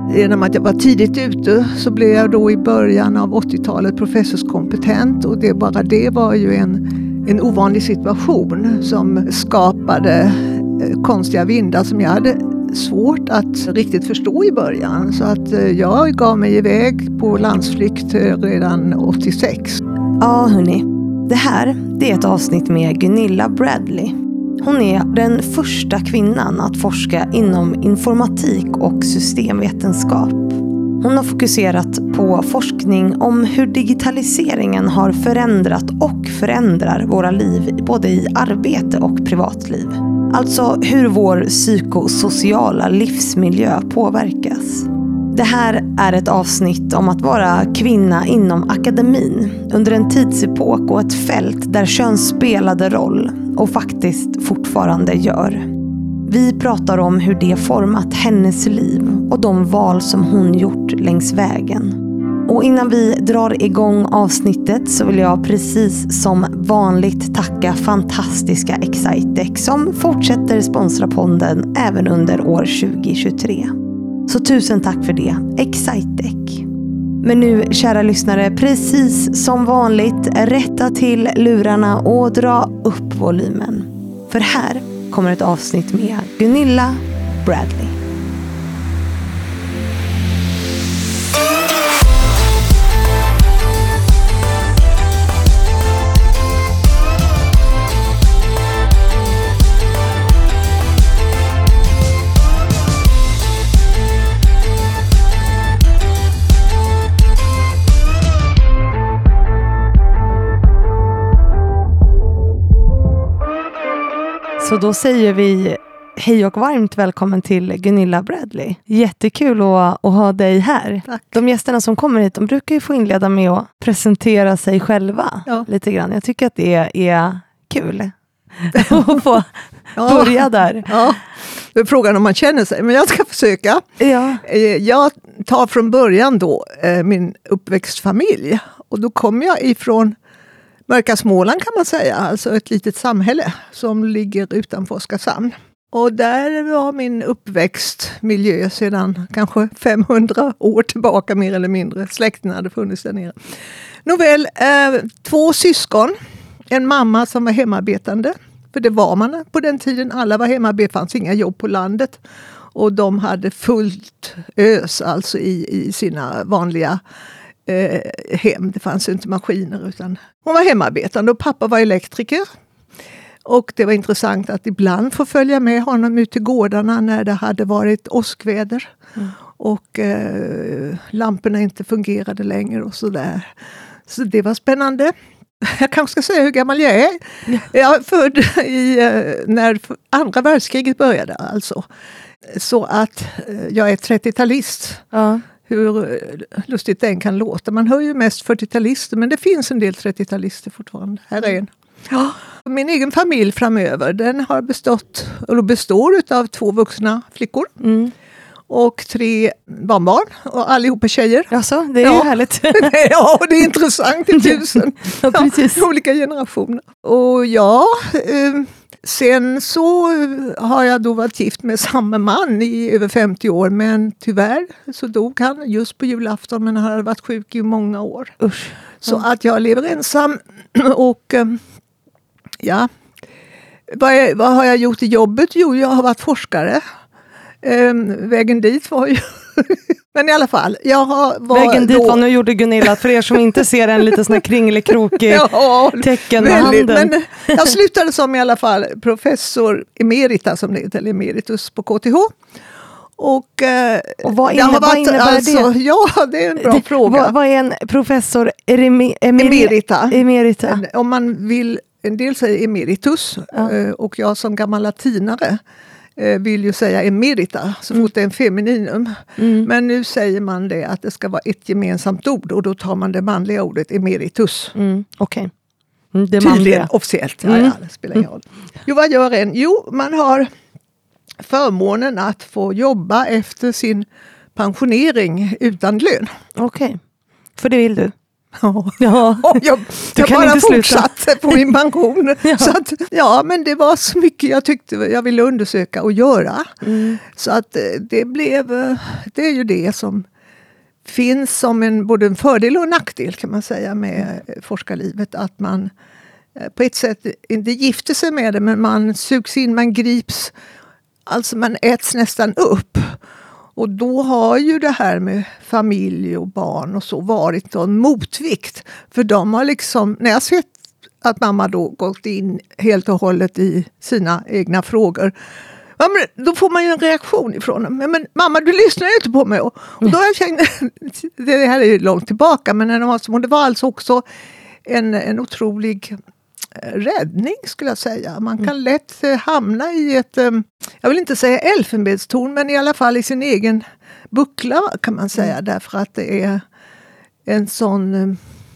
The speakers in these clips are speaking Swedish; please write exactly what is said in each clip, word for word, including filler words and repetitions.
Genom att jag var tidigt ute så blev jag då i början av åttiotalet professorskompetent, och det, bara det var ju en, en ovanlig situation som skapade konstiga vindar som jag hade svårt att riktigt förstå i början. Så att jag gav mig iväg på landsflykt redan åttiosex. Ja hörni, det här det är ett avsnitt med Gunilla Bradley. Hon är den första kvinnan att forska inom informatik och systemvetenskap. Hon har fokuserat på forskning om hur digitaliseringen har förändrat och förändrar våra liv både i arbete och privatliv. Alltså hur vår psykosociala livsmiljö påverkas. Det här är ett avsnitt om att vara kvinna inom akademin under en tidsepok och ett fält där kön spelade roll och faktiskt fortfarande gör. Vi pratar om hur det format hennes liv och de val som hon gjort längs vägen. Och innan vi drar igång avsnittet så vill jag precis som vanligt tacka fantastiska Excitec som fortsätter sponsra podden även under år tjugo tjugotre. Så tusen tack för det, Excitec. Men nu, kära lyssnare, precis som vanligt, rätta till lurarna och dra upp volymen. För här kommer ett avsnitt med Gunilla Bradley. Så då säger vi hej och varmt välkommen till Gunilla Bradley. Jättekul att, att ha dig här. Tack. De gästerna som kommer hit, de brukar ju få inleda med att presentera sig själva Ja. lite grann. Jag tycker att det är kul att få Ja. börja där. Ja, det är frågan om man känner sig, men jag ska försöka. Ja. Jag tar från början då min uppväxtfamilj, och då kommer jag ifrån Mörka Småland kan man säga, alltså ett litet samhälle som ligger utanför Oskarshamn. Och där var min uppväxtmiljö sedan kanske femhundra år tillbaka mer eller mindre. Släkten hade funnits där nere. Nåväl, eh, två syskon, en mamma som var hemarbetande, för det var man på den tiden, alla var hemarbetande, fanns inga jobb på landet. Och de hade fullt ös alltså i, i sina vanliga Eh, hem. Det fanns inte maskiner utan hon var hemarbetande, och pappa var elektriker. Och det var intressant att ibland få följa med honom ut till gårdarna när det hade varit åskväder. Mm. Och eh, lamporna inte fungerade längre och sådär. Så det var spännande. Jag kanske ska säga hur gammal jag är. Ja. Jag är född i, när andra världskriget började alltså. Så att jag är trettiotalist. Ja. Hur lustigt den kan låta. Man hör ju mest fyrtiotalister, men det finns en del trettiotalister fortfarande. Här är en. Ja. Min egen familj framöver, den har bestått, eller består av två vuxna flickor. Mm. Och tre barnbarn, och allihopa tjejer. Alltså, det är ja. ju härligt. Ja, det är intressant i tusen. Ja, precis. Ja, olika generationer. Och ja, eh, sen så har jag då varit gift med samma man i över femtio år. Men tyvärr så dog han just på julafton, men han hade varit sjuk i många år. Usch. Så ja. Att jag lever ensam. Och eh, ja, vad, är, vad har jag gjort i jobbet? Jo, jag har varit forskare. Um, vägen dit var ju men i alla fall jag har var vägen dit då... var, nu gjorde Gunilla, för er som inte ser en lite sån här kringelig-krokig ja, tecken med väldigt, handen. Men jag slutade som i alla fall professor emerita som det heter, eller emeritus på K T H. Och, eh, och vad, inne, varit, vad innebär alltså, det? Ja, det är en bra det, fråga. Vad, vad är en professor emer, emer, emerita? Emerita. Om man vill, en del säger emeritus, ja. Och jag som gammal latinare vill ju säga emerita så fort mm. det är en femininum. Mm. Men nu säger man det att det ska vara ett gemensamt ord, och då tar man det manliga ordet emeritus. Mm. Okej. Okay. Mm, tydligen officiellt. Mm. Ja, ja, det spelar ingen roll. Jo, vad gör en? Jo, man har förmånen att få jobba efter sin pensionering utan lön. Okej. Okay. För det vill du? Ja. Ja. Och jag Du jag kan bara inte sluta. fortsatte på min pension. Ja. Så att, ja, men det var så mycket jag tyckte jag ville undersöka och göra. Mm. Så att eh, det blev, eh, det är ju det som finns som en, både en fördel och en nackdel kan man säga med eh, forskarlivet. Att man eh, på ett sätt inte gifter sig med det, men man sugs in, man grips, alltså man äts nästan upp. Och då har ju det här med familj och barn och så varit en motvikt. För de har liksom, när jag sett att mamma då gått in helt och hållet i sina egna frågor, ja, men då får man ju en reaktion ifrån dem. Men, men mamma, du lyssnar ju inte på mig. Och, och då har jag känt, det här är ju långt tillbaka, men när de var små, det var alltså också en, en otrolig räddning skulle jag säga. Man kan lätt eh, hamna i ett, eh, jag vill inte säga elfenbenstorn, men i alla fall i sin egen buckla kan man säga. Mm. Därför att det är en sån eh,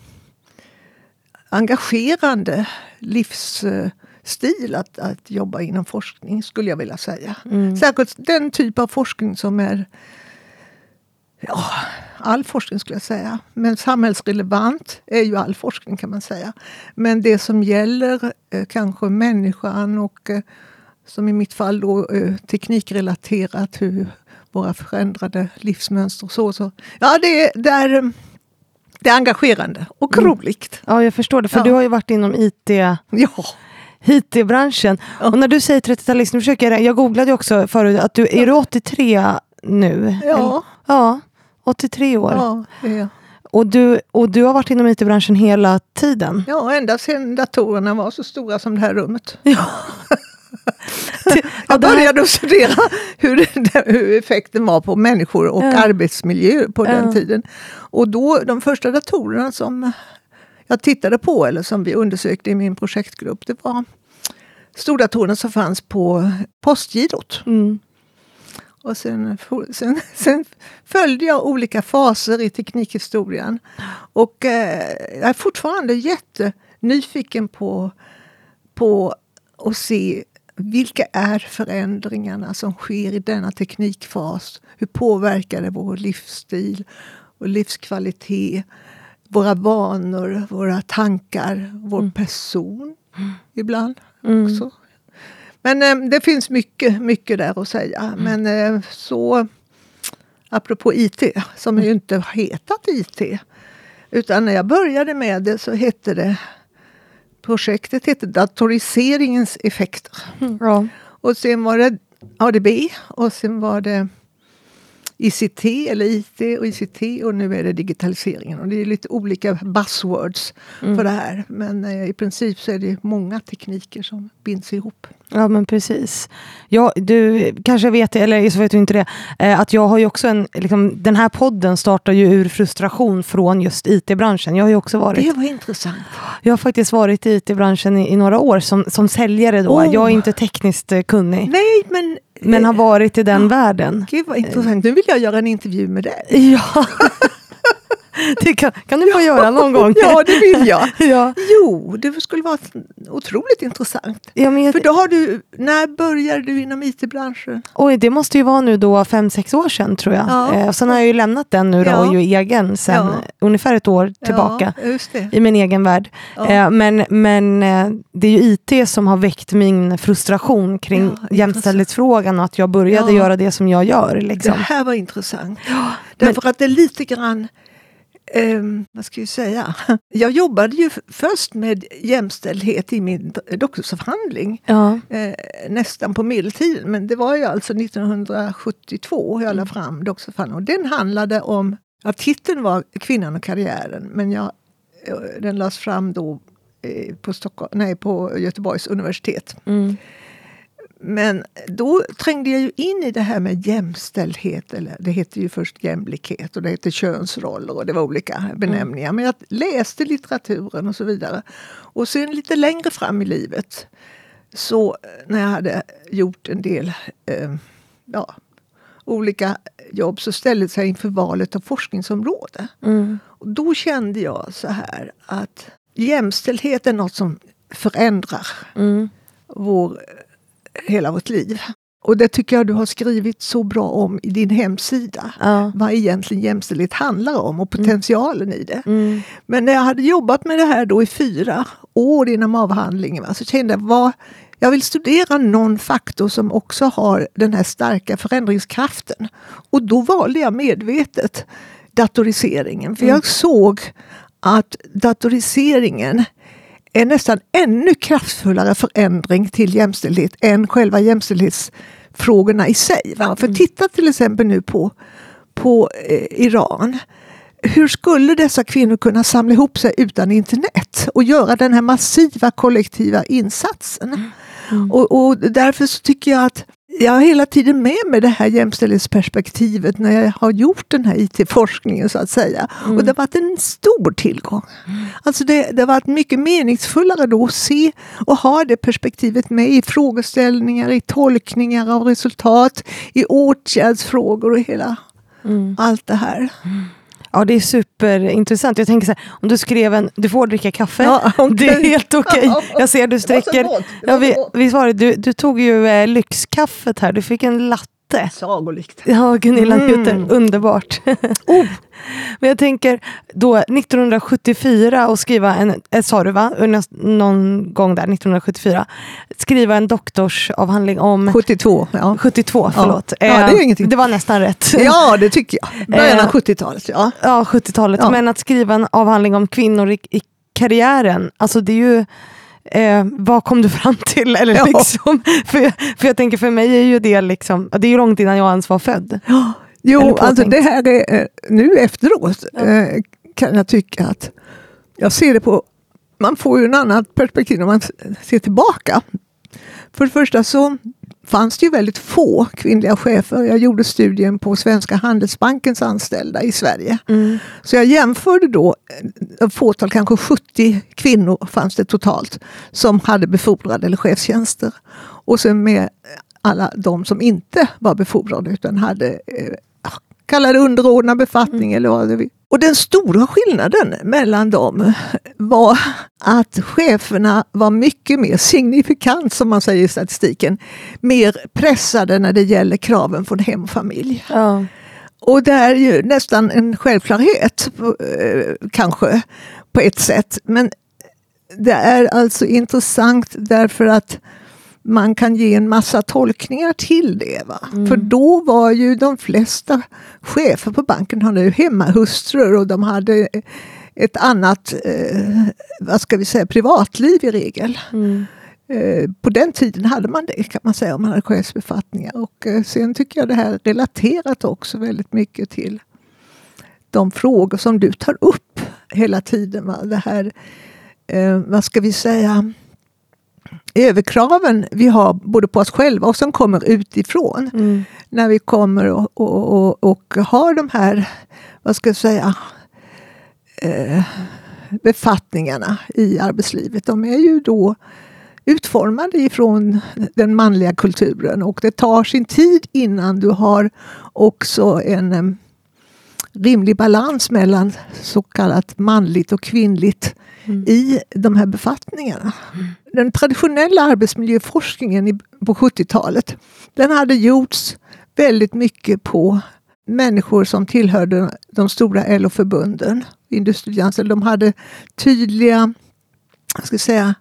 engagerande livsstil att, att jobba inom forskning, skulle jag vilja säga. Mm. Särskilt den typ av forskning som är, ja, all forskning skulle jag säga. Men samhällsrelevant är ju all forskning kan man säga. Men det som gäller eh, kanske människan och eh, som i mitt fall då eh, teknikrelaterat, hur våra förändrade livsmönster och så. så. Ja, det är, det, är, det är engagerande och mm. roligt. Ja, jag förstår det. För ja. Du har ju varit inom I T... Ja. I T-branschen. Ja. Och när du säger trettiotalist, nu försöker jag, jag googlade också förut att du, är du åttiotre nu? Ja. Eller? Ja. åttiotre år. Ja, det är. Och du, och du har varit inom I T-branschen hela tiden? Ja, ända sedan datorerna var så stora som det här rummet. Ja. Jag började studera hur, det, hur effekten var på människor och ja. arbetsmiljö på den ja. tiden. Och då, de första datorerna som jag tittade på, eller som vi undersökte i min projektgrupp, det var stordatorerna som fanns på postgirot. Mm. Och sen, sen, sen följde jag olika faser i teknikhistorien. Och eh, jag är fortfarande jättenyfiken på, på att se vilka är förändringarna som sker i denna teknikfas. Hur påverkar det vår livsstil och livskvalitet, våra vanor, våra tankar, vår mm. person mm. ibland mm. också. Men eh, det finns mycket, mycket där att säga. Mm. Men eh, så, apropå I T, som ju inte har hetat I T. Utan när jag började med det så hette det, projektet hette datoriseringens effekter. Mm. Ja. Och sen var det A D B och sen var det I C T eller I T och I C T och nu är det digitaliseringen. Och det är lite olika buzzwords mm. för det här. Men eh, i princip så är det många tekniker som binds ihop. Ja, men precis. Ja, du kanske vet, eller så vet du inte det, eh, att jag har ju också en, liksom, den här podden startar ju ur frustration från just I T-branschen. Jag har ju också varit... Det var intressant. Jag har faktiskt varit i I T-branschen i, i några år som, som säljare då. Oh. Jag är inte tekniskt kunnig. Nej, men... Men har varit i den ja, världen. Gud vad intressant. Nu vill jag göra en intervju med dig. Ja. Det kan, kan du få ja. göra någon gång? Ja, det vill jag. Ja. Jo, det skulle vara otroligt intressant. Ja, men jag... För då har du, när började du inom I T-branschen? Oj, det måste ju vara nu då fem, sex år sedan tror jag. Ja. Eh, och sen har jag ju lämnat den nu då ja. och ju egen sen ja. ungefär ett år tillbaka ja, just det. i min egen värld. Ja. Eh, men men eh, det är ju I T som har väckt min frustration kring ja, jämställdhetsfrågan och att jag började ja. göra det som jag gör. Liksom. Det här var intressant. Ja, Därför men... att det är lite grann Um, vad ska jag säga? Jag jobbade ju f- först med jämställdhet i min doktorsavhandling. Ja. Eh, nästan på medeltiden. Men det var ju alltså nittonhundrasjuttiotvå jag la fram doktorsavhandlingen. Och den handlade om, ja, titeln var Kvinnan och karriären. Men jag, den lades fram då eh, på, Stockholm, nej, på Göteborgs universitet. Mm. Men då trängde jag ju in i det här med jämställdhet. Eller det hette ju först jämlikhet och det hette könsroller och det var olika benämningar. Mm. Men jag läste litteraturen och så vidare. Och sen lite längre fram i livet, så när jag hade gjort en del eh, ja, olika jobb, så ställde sig inför valet av forskningsområde. Mm. Och då kände jag så här att jämställdhet är något som förändrar mm. vår hela vårt liv. Och det tycker jag du har skrivit så bra om i din hemsida. Ja. Vad egentligen jämställdhet handlar om och potentialen mm. i det. Mm. Men när jag hade jobbat med det här då i fyra år inom avhandlingen, va, så kände jag vad jag vill studera någon faktor som också har den här starka förändringskraften. Och då valde jag medvetet datoriseringen. För mm. jag såg att datoriseringen är nästan ännu kraftfullare förändring till jämställdhet än själva jämställdhetsfrågorna i sig. Va? För titta till exempel nu på, på eh, Iran. Hur skulle dessa kvinnor kunna samla ihop sig utan internet och göra den här massiva kollektiva insatsen? Mm. Och, och därför så tycker jag att jag har hela tiden med mig det här jämställdhetsperspektivet när jag har gjort den här I T-forskningen så att säga. Mm. Och det har varit en stor tillgång. Mm. Alltså det, det har varit mycket meningsfullare då att se och ha det perspektivet med i frågeställningar, i tolkningar av resultat, i åtgärdsfrågor och hela mm. allt det här. Mm. Ja, det är superintressant. Jag tänker så här, om du skrev en, du får dricka kaffe, ja, okay. Det är helt okej. Okay. Jag ser du sträcker. Ja, vi, vi svarade, du, du tog ju eh, lyxkaffet här, du fick en latte. Sagolikt. Ja, Gunilla mm. Newton, underbart. Oh. Men jag tänker då nittonhundrasjuttiofyra och skriva en, eh, sa du va? Någon gång där, nittonhundrasjuttiofyra. Skriva en doktorsavhandling om... sjuttiotvå, ja. sjuttiotvå, förlåt. Ja, ja det är ingenting. Det var nästan rätt. Ja, det tycker jag. Början av sjuttiotalet, ja. Ja, sjuttiotalet. Ja. Men att skriva en avhandling om kvinnor i, i karriären, alltså det är ju... Eh, vad kom du fram till? Eller ja. liksom, för, för jag tänker för mig är ju det liksom, det är ju långt innan jag ens var född. Ja. Jo, alltså det här är nu efteråt ja. eh, kan jag tycka att jag ser det på, man får ju en annan perspektiv när man ser tillbaka. För det första så fanns det ju väldigt få kvinnliga chefer. Jag gjorde studien på Svenska Handelsbankens anställda i Sverige. Mm. Så jag jämförde då ett fåtal, kanske sjuttio kvinnor fanns det totalt som hade befordrade eller chefstjänster. Och sen med alla de som inte var befordrade utan hade eh, kallade underordnad befattning. Mm. Eller vad det vill. Och den stora skillnaden mellan dem var att cheferna var mycket mer signifikant, som man säger i statistiken, mer pressade när det gäller kraven från hem och familj. Ja. Och det är ju nästan en självklarhet kanske på ett sätt. Men det är alltså intressant därför att man kan ge en massa tolkningar till det. Va? Mm. För då var ju de flesta chefer på banken hade ju hemmahustrur och de hade ett annat eh, vad ska vi säga, privatliv i regel. Mm. Eh, på den tiden hade man det kan man säga om man hade chefsbefattningar. Och eh, sen tycker jag det här relaterat också väldigt mycket till de frågor som du tar upp hela tiden. Va? Det här, eh, vad ska vi säga... överkraven vi har både på oss själva och som kommer utifrån mm. när vi kommer och, och, och, och har de här vad ska jag säga eh, befattningarna i arbetslivet. De är ju då utformade ifrån den manliga kulturen och det tar sin tid innan du har också en eh, rimlig balans mellan så kallat manligt och kvinnligt mm. i de här befattningarna. Mm. Den traditionella arbetsmiljöforskningen i, på sjuttiotalet, den hade gjorts väldigt mycket på människor som tillhörde de stora L O-förbunden. Industrianställda, de hade tydliga, jag ska säga,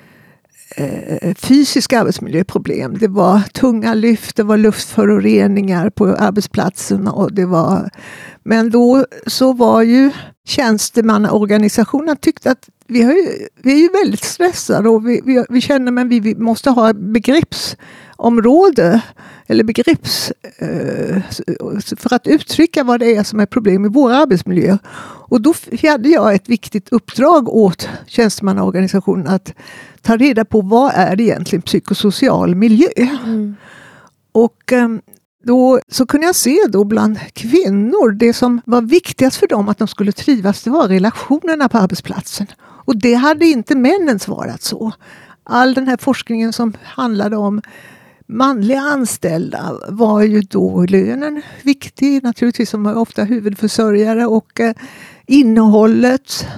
eh, fysiska arbetsmiljöproblem. Det var tunga lyft, det var luftföroreningar på arbetsplatserna och det var, men då så var ju tjänstemannaorganisationerna tyckte att vi, har ju, vi är ju väldigt stressade och vi, vi, vi känner men vi, vi måste ha begreppsområde eller begrepps eh, för att uttrycka vad det är som är problem i vår arbetsmiljö. Och då hade jag ett viktigt uppdrag åt tjänstemannaorganisationen att ta reda på vad är det egentligen psykosocial miljö. Mm. Och eh, då så kunde jag se då bland kvinnor det som var viktigast för dem att de skulle trivas, det var relationerna på arbetsplatsen. Och det hade inte männen svarat så. All den här forskningen som handlade om manliga anställda var ju då lönen viktig, naturligtvis som var ofta huvudförsörjare och eh, innehållet,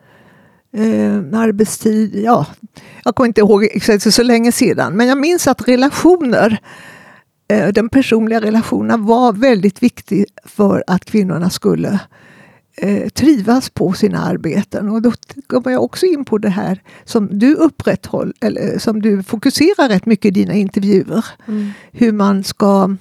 eh, arbetstid, ja, jag kommer inte ihåg exakt så länge sedan, men jag minns att relationer den personliga relationen var väldigt viktig för att kvinnorna skulle eh, trivas på sina arbeten. Och då kommer jag också in på det här som du upprätthåller, eller som du fokuserar rätt mycket i dina intervjuer. Mm. Hur man ska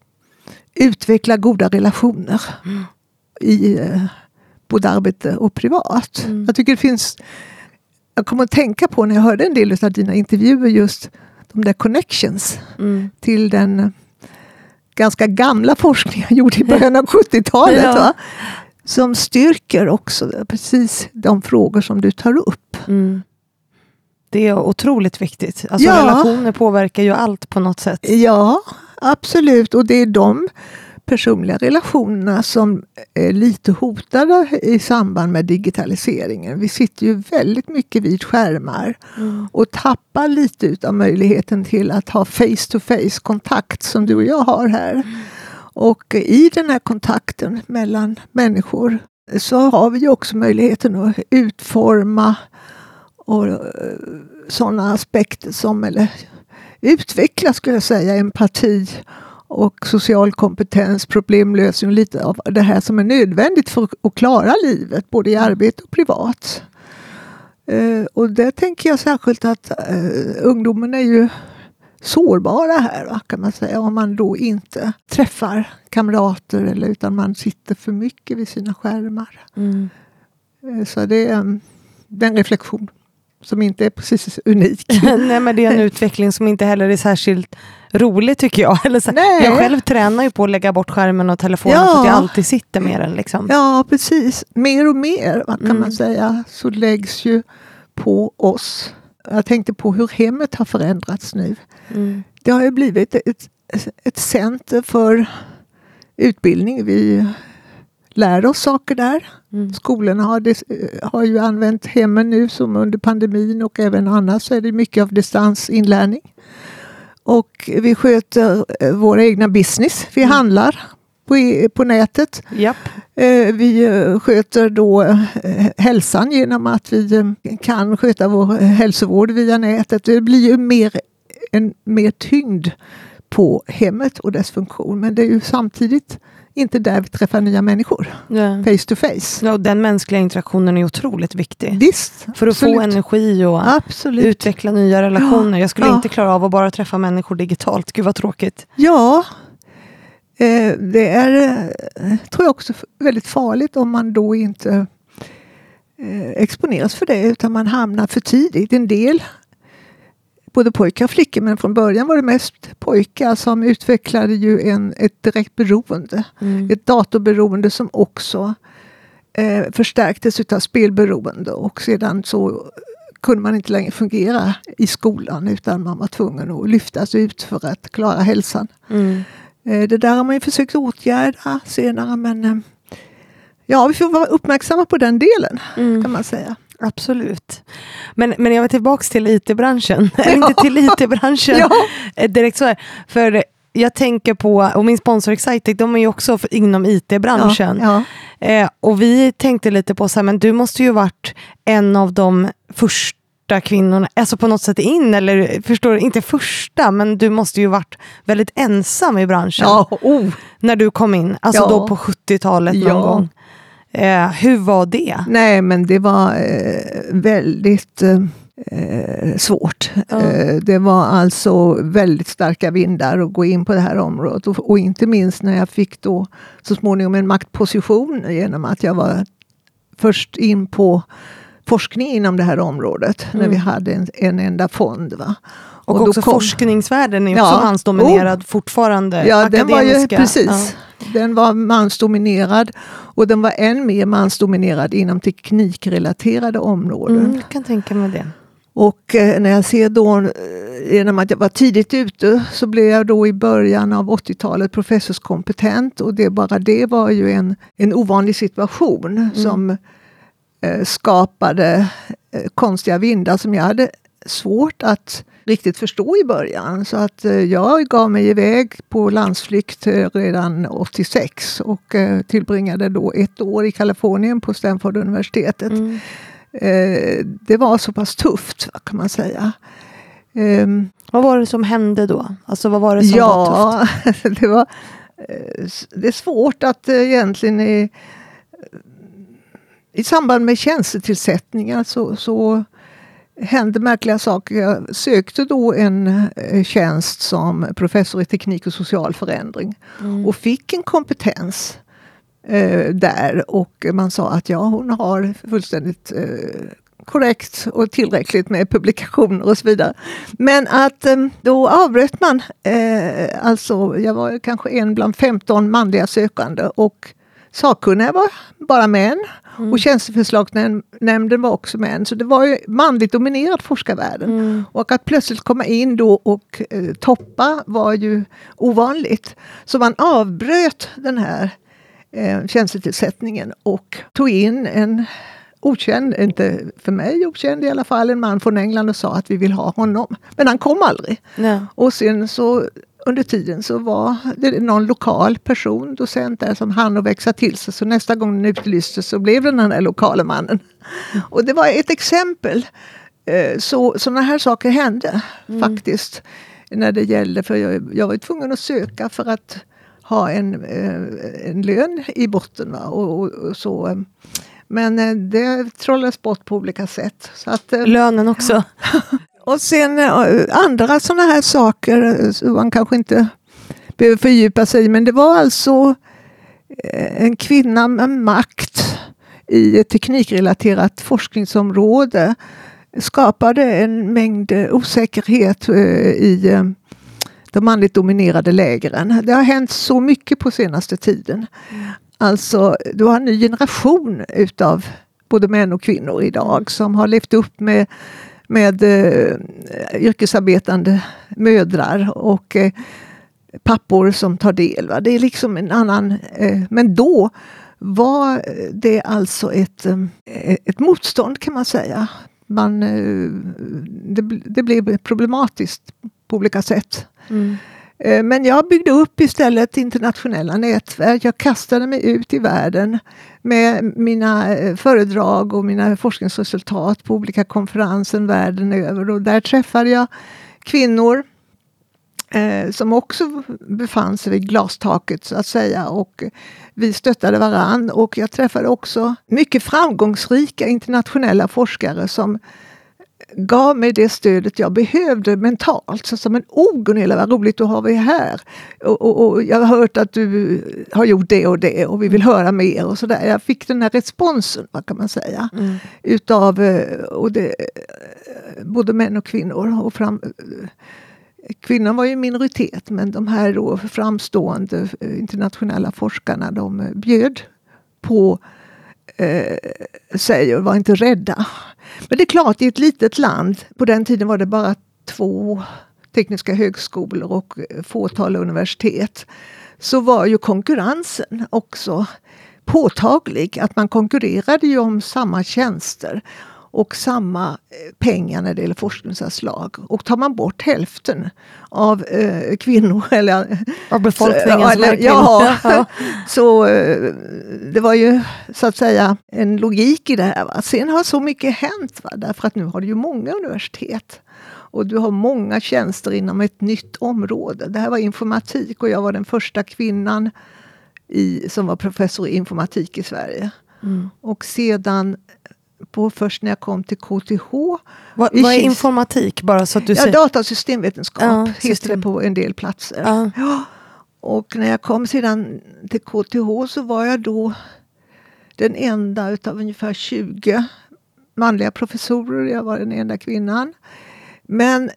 utveckla goda relationer mm. i eh, både arbete och privat. Mm. Jag tycker det finns, jag kommer att tänka på när jag hörde en del av dina intervjuer just de där connections mm. till den ganska gamla forskningen jag gjorde i början av sjuttiotalet. Ja. Va? Som styrker också precis de frågor som du tar upp. Mm. Det är otroligt viktigt. Alltså ja. Relationer påverkar ju allt på något sätt. Ja, absolut. Och det är de personliga relationerna som är lite hotade i samband med digitaliseringen. Vi sitter ju väldigt mycket vid skärmar mm. och tappar lite utav möjligheten till att ha face-to-face kontakt som du och jag har här. Mm. Och i den här kontakten mellan människor så har vi ju också möjligheten att utforma och sådana aspekter som, eller utveckla skulle jag säga, empati och social kompetens, problemlösning, lite av det här som är nödvändigt för att klara livet, både i arbete och privat. Uh, och där tänker jag särskilt att uh, ungdomen är ju sårbara här, va, kan man säga, om man då inte träffar kamrater eller utan man sitter för mycket vid sina skärmar. Mm. Uh, så det är um, den reflektion som inte är precis unik. Nej, men det är en utveckling som inte heller är särskilt rolig tycker jag. Eller så, jag själv tränar ju på att lägga bort skärmen och telefonen ja. för att jag alltid sitter med den. Liksom. Ja, precis. Mer och mer, vad kan mm. man säga, så läggs ju på oss. Jag tänkte på hur hemmet har förändrats nu. Mm. Det har ju blivit ett, ett center för utbildning. Vi lär oss saker där. Mm. Skolorna har, des, har ju använt hemmen nu som under pandemin och även annars så är det mycket av distansinlärning. Och vi sköter våra egna business. Vi mm. handlar på, på nätet. Japp. Vi sköter då hälsan genom att vi kan sköta vår hälsovård via nätet. Det blir ju mer, en mer tyngd på hemmet och dess funktion. Men det är ju samtidigt inte där vi träffar nya människor. Ja. Face to face. Ja, och den mänskliga interaktionen är otroligt viktig. Visst, för att absolut. få energi och absolut. utveckla nya relationer. Jag skulle ja. inte klara av att bara träffa människor digitalt. Gud vad tråkigt. Ja, eh, det är eh, tror jag också väldigt farligt om man då inte eh, exponeras för det utan man hamnar för tidigt. En del både pojkar och flickor, men från början var det mest pojkar som utvecklade ju en, ett direkt beroende. Mm. Ett datorberoende som också eh, förstärktes utav spelberoende och sedan så kunde man inte längre fungera i skolan utan man var tvungen att lyftas ut för att klara hälsan. Mm. Eh, det där har man ju försökt åtgärda senare, men eh, ja, vi får vara uppmärksamma på den delen mm. kan man säga. Absolut. Men, men jag var tillbaka till I T-branschen. Ja. Inte till I T-branschen. Ja. Direkt så här. För jag tänker på, och min sponsor Excitec, de är ju också för, inom I T-branschen. Ja. Ja. Eh, och vi tänkte lite på så här, men du måste ju varit en av de första kvinnorna, alltså på något sätt in, eller förstår inte första, men du måste ju varit väldigt ensam i branschen. Ja. Oh. När du kom in, alltså ja. då på sjuttiotalet någon ja. gång. Eh, hur var det? Nej, men det var eh, väldigt eh, svårt. Ja. Eh, det var alltså väldigt starka vindar att gå in på det här området. Och, och inte minst när jag fick då så småningom en maktposition genom att jag var först in på forskning inom det här området. Mm. När vi hade en, en enda fond, va? Och, och också kom, forskningsvärlden är också ja, mansdominerad oh, fortfarande. Ja, den var ju precis. Ja. Den var mansdominerad och den var än mer mansdominerad inom teknikrelaterade områden. Mm, jag kan tänka mig det. Och eh, när jag ser då, eh, genom att jag var tidigt ute så blev jag då i början av åttiotalet professorskompetent och det bara det var ju en, en ovanlig situation mm. som eh, skapade eh, konstiga vindar som jag hade svårt att riktigt förstå i början. Så att eh, jag gav mig iväg på landsflykt eh, redan åttiosex och eh, tillbringade då ett år i Kalifornien på Stanford-universitetet. Mm. Eh, det var så pass tufft, kan man säga. Um, vad var det som hände då? Alltså vad var det som ja, var tufft? det var det är svårt att egentligen i, i samband med tjänstetillsättningar så, så hände märkliga saker. Jag sökte då en tjänst som professor i teknik och social förändring mm. och fick en kompetens eh, där, och man sa att ja, hon har fullständigt eh, korrekt och tillräckligt med publikationer och så vidare. Men att eh, då avbröt man, eh, alltså jag var kanske en bland femton manliga sökande, och sakkunniga var bara män. Mm. Och tjänsteförslagsnämnden var också män. Så det var ju manligt dominerat forskarvärlden. Mm. Och att plötsligt komma in då och eh, toppa var ju ovanligt. Så man avbröt den här eh, tjänstetillsättningen och tog in en okänd, inte för mig okänd i alla fall, en man från England och sa att vi vill ha honom. Men han kom aldrig. Nej. Och sen så under tiden så var det någon lokal person, docent där, som hann att växa till sig. Så nästa gång den utlystes så blev det den här lokala mannen. Mm. Och det var ett exempel. Så sådana här saker hände mm. faktiskt. När det gällde, för jag, jag var tvungen att söka för att ha en, en lön i botten. Va? Och, och, och så... Men det trollades bort på olika sätt. Så att, lönen också. Och sen andra sådana här saker som man kanske inte behöver fördjupa sig i. Men det var alltså en kvinna med makt i ett teknikrelaterat forskningsområde. Skapade en mängd osäkerhet i de manligt dominerade lägren. Det har hänt så mycket på senaste tiden. Alltså, du har en ny generation utav både män och kvinnor idag som har levt upp med, med eh, yrkesarbetande mödrar och eh, pappor som tar del. Va? Det är liksom en annan... Eh, men då var det alltså ett, eh, ett motstånd, kan man säga. Man, eh, det, det blev problematiskt på olika sätt. Mm. Men jag byggde upp istället internationella nätverk. Jag kastade mig ut i världen med mina föredrag och mina forskningsresultat på olika konferenser världen över. Och där träffade jag kvinnor eh, som också befann sig vid glastaket, så att säga. Och vi stöttade varann. Och jag träffade också mycket framgångsrika internationella forskare som gav mig det stödet jag behövde mentalt. Så som en oh, Gunilla, vad roligt att ha dig här. Och, och, och jag har hört att du har gjort det och det och vi vill höra mer och sådär. Jag fick den här responsen, vad kan man säga, mm. utav och det, både män och kvinnor. Och fram, kvinnan var ju minoritet, men de här då framstående internationella forskarna, de bjöd på eh, sig och var inte rädda. Men det är klart, i ett litet land, på den tiden var det bara två tekniska högskolor och fåtal universitet, så var ju konkurrensen också påtaglig. Att man konkurrerade ju om samma tjänster och samma pengar när det gäller forskningsanslag. Och tar man bort hälften av eh, kvinnor eller av befolkningen så, eller, ja, ja. så eh, det var ju så att säga en logik i det här. Va? Sen har så mycket hänt, va? Därför att nu har du ju många universitet. Och du har många tjänster inom ett nytt område. Det här var informatik och jag var den första kvinnan i, som var professor i informatik i Sverige. Mm. Och sedan på först när jag kom till K T H. Vad, vad är informatik? Bara så att du ja, säger... data och systemvetenskap ja, heter system. det på en del platser. Ja. Ja. Och när jag kom sedan till K T H så var jag då den enda utav ungefär tjugo manliga professorer. Jag var den enda kvinnan. Men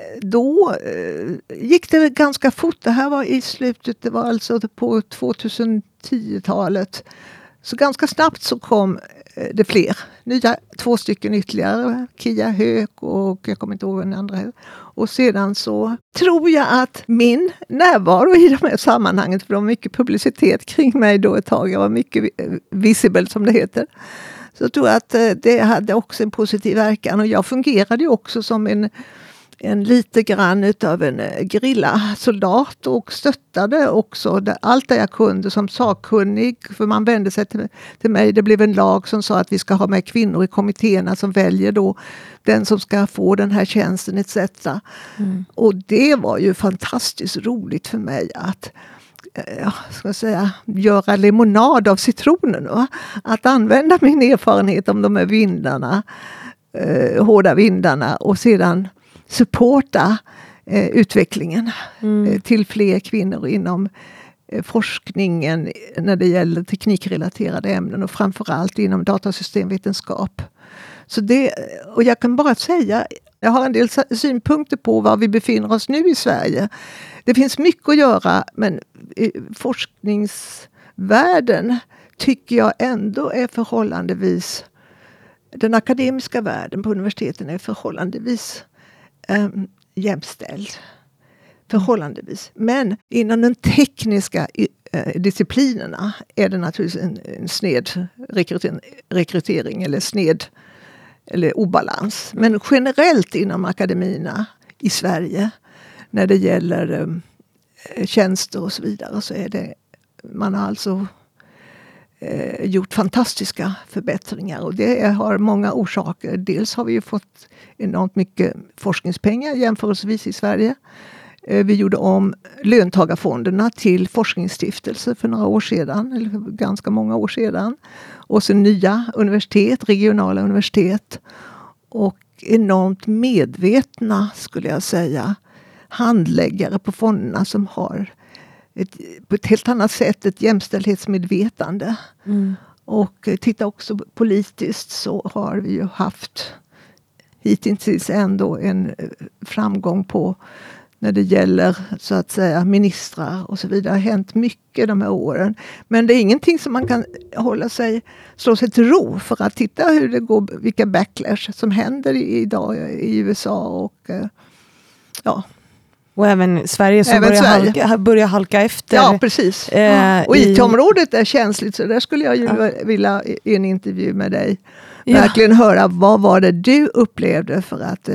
då eh, gick det ganska fort. Det här var i slutet, det var alltså på tjugohundratio-talet. Så ganska snabbt så kom eh, det fler. Nya, två stycken ytterligare. Kia Höök och jag kommer inte ihåg den andra. Och sedan så tror jag att min närvaro i de här sammanhanget, för det var mycket publicitet kring mig då ett tag. Jag var mycket visible som det heter. Så jag tror att det hade också en positiv verkan. Och jag fungerade ju också som en, en lite grann utav en gerillasoldat och stöttade också det, allt det jag kunde som sakkunnig. För man vände sig till, till mig. Det blev en lag som sa att vi ska ha med kvinnor i kommittéerna som väljer då den som ska få den här tjänsten et cetera. Mm. Och det var ju fantastiskt roligt för mig att ja, ska jag säga, göra limonad av citronen. Va? Att använda min erfarenhet om de här vindarna, eh, hårda vindarna och sedan supporta eh, utvecklingen mm. eh, till fler kvinnor inom eh, forskningen när det gäller teknikrelaterade ämnen och framförallt inom datasystemvetenskap. Så det, och jag kan bara säga, jag har en del synpunkter på var vi befinner oss nu i Sverige. Det finns mycket att göra, men forskningsvärlden tycker jag ändå är förhållandevis, den akademiska världen på universiteten är förhållandevis um, jämställd. Förhållandevis. Men inom den tekniska uh, disciplinerna är det naturligtvis en, en sned rekrytering, rekrytering eller sned eller obalans. Men generellt inom akademierna i Sverige när det gäller um, tjänster och så vidare så är det, man har alltså eh, gjort fantastiska förbättringar och det har många orsaker. Dels har vi ju fått enormt mycket forskningspengar jämförelsevis i Sverige. Eh, vi gjorde om löntagarfonderna till forskningsstiftelser för några år sedan, eller för ganska många år sedan. Och så nya universitet, regionala universitet och enormt medvetna, skulle jag säga, handläggare på fonderna som har ett, på ett helt annat sätt ett jämställdhetsmedvetande. Mm. Och titta också politiskt så har vi ju haft hittills ändå en framgång på när det gäller så att säga ministrar och så vidare. Det har hänt mycket de här åren. Men det är ingenting som man kan hålla sig, slå sig till ro för att titta hur det går, vilka backlash som händer idag i U S A och ja. Och även Sverige som även börjar, Sverige. Halka, börjar halka efter. Ja, precis. Eh, och i... I T-området är känsligt, så där skulle jag ju ja. vilja i en intervju med dig ja. verkligen höra vad var det du upplevde, för att eh,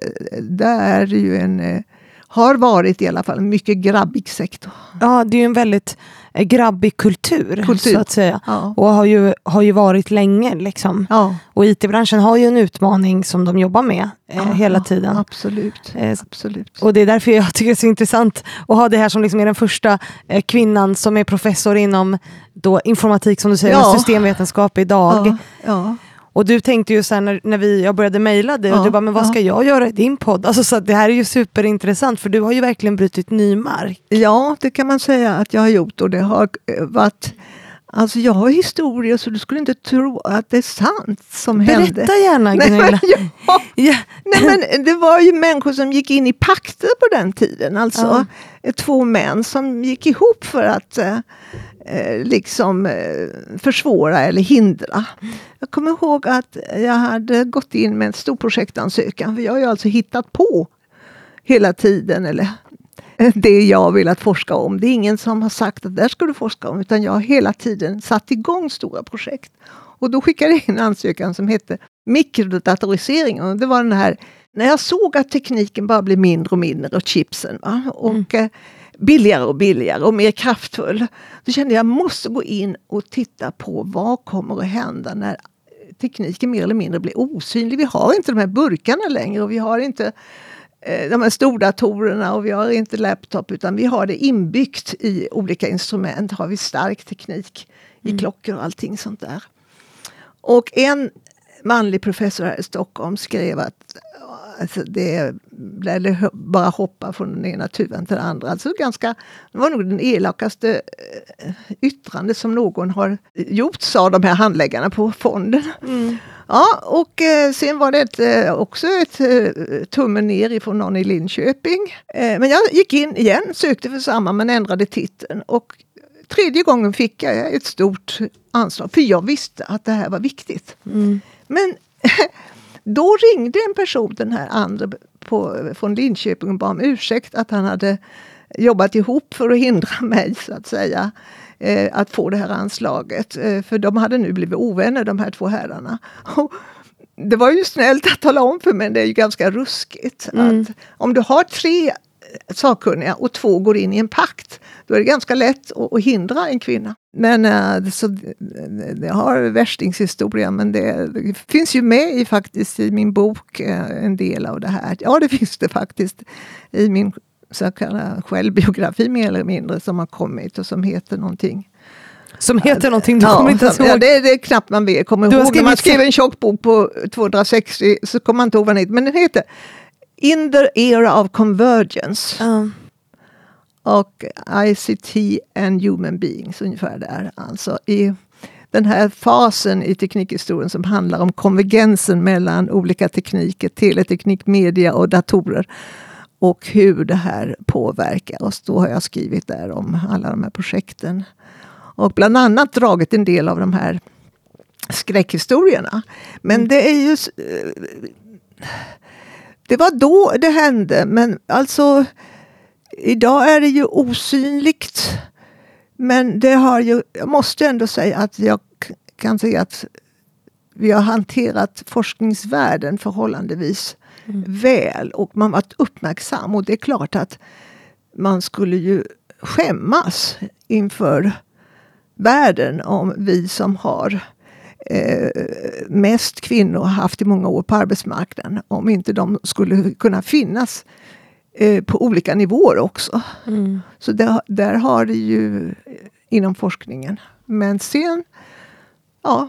där är det ju en, eh, har varit i alla fall en mycket grabbig sektor. Ja, det är ju en väldigt eh, grabbig kultur, kultur. så att säga. Ja. Och har ju, har ju varit länge liksom. Ja. Och I T-branschen har ju en utmaning som de jobbar med eh, ja, hela tiden. Absolut. Eh, absolut. Och det är därför jag tycker det är så intressant att ha det här som liksom är den första eh, kvinnan som är professor inom då informatik, som du säger, ja. systemvetenskap idag. Ja. Ja. Och du tänkte ju så här när, när vi, jag började mejla dig, ja, och du bara, men vad ska ja. jag göra i din podd? Alltså, så det här är ju superintressant, för du har ju verkligen brutit ny mark. Ja, det kan man säga att jag har gjort, och det har varit, alltså jag har historier så du skulle inte tro att det är sant som Berätta hände. Berätta gärna, Gunilla. Nej, men, ja. Ja. Nej, men det var ju människor som gick in i pakter på den tiden, alltså ja. två män som gick ihop för att eh, liksom eh, försvåra eller hindra. Jag kommer ihåg att jag hade gått in med en stor projektansökan, för jag har ju alltså hittat på hela tiden, eller det jag vill att forska om. Det är ingen som har sagt att där ska du forska om, utan jag har hela tiden satt igång stora projekt. Och då skickade jag in en ansökan som hette mikrodatorisering, och det var den här, när jag såg att tekniken bara blir mindre och mindre och chipsen, va? Och mm. billigare och billigare och mer kraftfull. Då kände jag att jag måste gå in och titta på vad kommer att hända när tekniken mer eller mindre blir osynlig. Vi har inte de här burkarna längre, och vi har inte eh, de här stordatorerna, och vi har inte laptop, utan vi har det inbyggt i olika instrument. Har vi stark teknik i mm. klockor och allting sånt där. Och en manlig professor här i Stockholm skrev att alltså det blev bara hoppa från den ena tuvan till den andra. Alltså ganska, det var nog den elakaste yttrande som någon har gjort, sa de här handläggarna på fonden. Mm. Ja, och eh, sen var det ett, också ett eh, tummen ner ifrån någon i Linköping. Eh, men jag gick in igen, sökte för samma, men ändrade titeln. Och tredje gången fick jag ett stort anslag, för jag visste att det här var viktigt. Mm. Men då ringde en person, den här andra på, från Linköping, och bad om ursäkt att han hade jobbat ihop för att hindra mig, så att säga, eh, att få det här anslaget. Eh, för de hade nu blivit ovänner, de här två herrarna. Och det var ju snällt att tala om för mig, det är ju ganska ruskigt. Mm. Att om du har tre sakkunniga och två går in i en pakt, då är det ganska lätt att, att hindra en kvinna. Men äh, så, det har värstingshistoria, men det, det finns ju med i, faktiskt i min bok äh, en del av det här. Ja, det finns det faktiskt i min så kallade självbiografi mer eller mindre som har kommit och som heter någonting. Som heter någonting, du ja, kommer inte ihåg. Ja, det, är, det är knappt man vet. Kommer du ihåg. När man skriver en tjock bok på tvåhundrasextio så kommer man inte ihåg vad den heter. Men den heter In the Era of Convergence. Mm. Och I C T and Human Beings, ungefär där. Alltså i den här fasen i teknikhistorien som handlar om konvergensen mellan olika tekniker, teleteknik, media och datorer. Och hur det här påverkar oss. Då har jag skrivit där om alla de här projekten. Och bland annat dragit en del av de här skräckhistorierna. Men mm. det är ju... Det var då det hände. Men alltså... Idag är det ju osynligt. Men det har ju... Jag måste ändå säga att jag kan säga att vi har hanterat forskningsvärlden förhållandevis mm. väl. Och man har varit uppmärksam. Och det är klart att man skulle ju skämmas inför världen om vi som har eh, mest kvinnor haft i många år på arbetsmarknaden. Om inte de skulle kunna finnas eh, på olika nivåer också. Mm. Så där, där har det ju inom forskningen. Men sen, ja...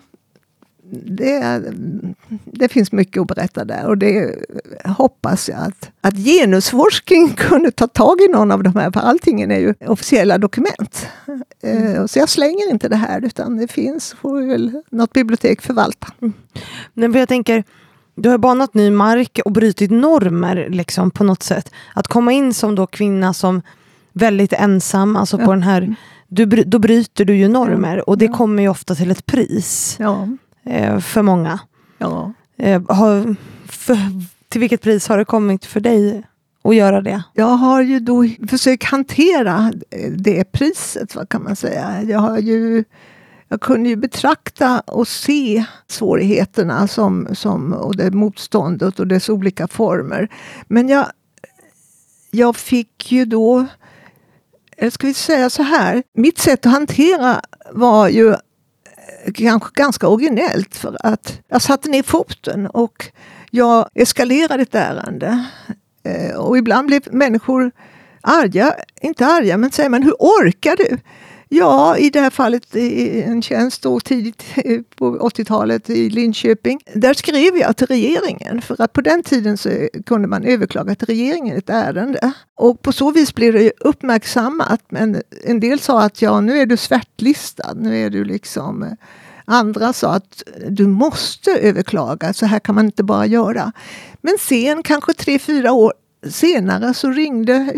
Det, det finns mycket att berätta där och det hoppas jag att, att genusforskning kunde ta tag i någon av de här, för allting är ju officiella dokument. Mm. Eh, så jag slänger inte det här, utan det finns, får vi väl något bibliotek förvalta. Mm. Men jag tänker, du har banat ny mark och brutit normer liksom på något sätt. Att komma in som då kvinna som väldigt ensam, alltså på ja. den här, du, då bryter du ju normer och det ja. kommer ju ofta till ett pris. Ja. För många. Ja. Har, för, till vilket pris har det kommit för dig att göra det? Jag har ju då försökt hantera det priset, vad kan man säga. Jag har ju jag kunde ju betrakta och se svårigheterna som, som, och det motståndet och dess olika former. Men jag, jag fick ju då, eller ska vi säga så här, mitt sätt att hantera var ju kanske ganska originellt, för att jag satte ner foten och jag eskalerade ett ärende. Eh, och ibland blev människor arga, inte arga, men säger man, hur orkar du? Ja, i det här fallet i en tjänst då tidigt på åttiotalet i Linköping. Där skrev jag till regeringen, för att på den tiden så kunde man överklaga till regeringen ett ärende. Och på så vis blev det uppmärksammat, men en del sa att ja, nu är du svärtlistad, nu är du liksom... Andra sa att du måste överklaga, så här kan man inte bara göra. Men sen, kanske tre, fyra år senare, så ringde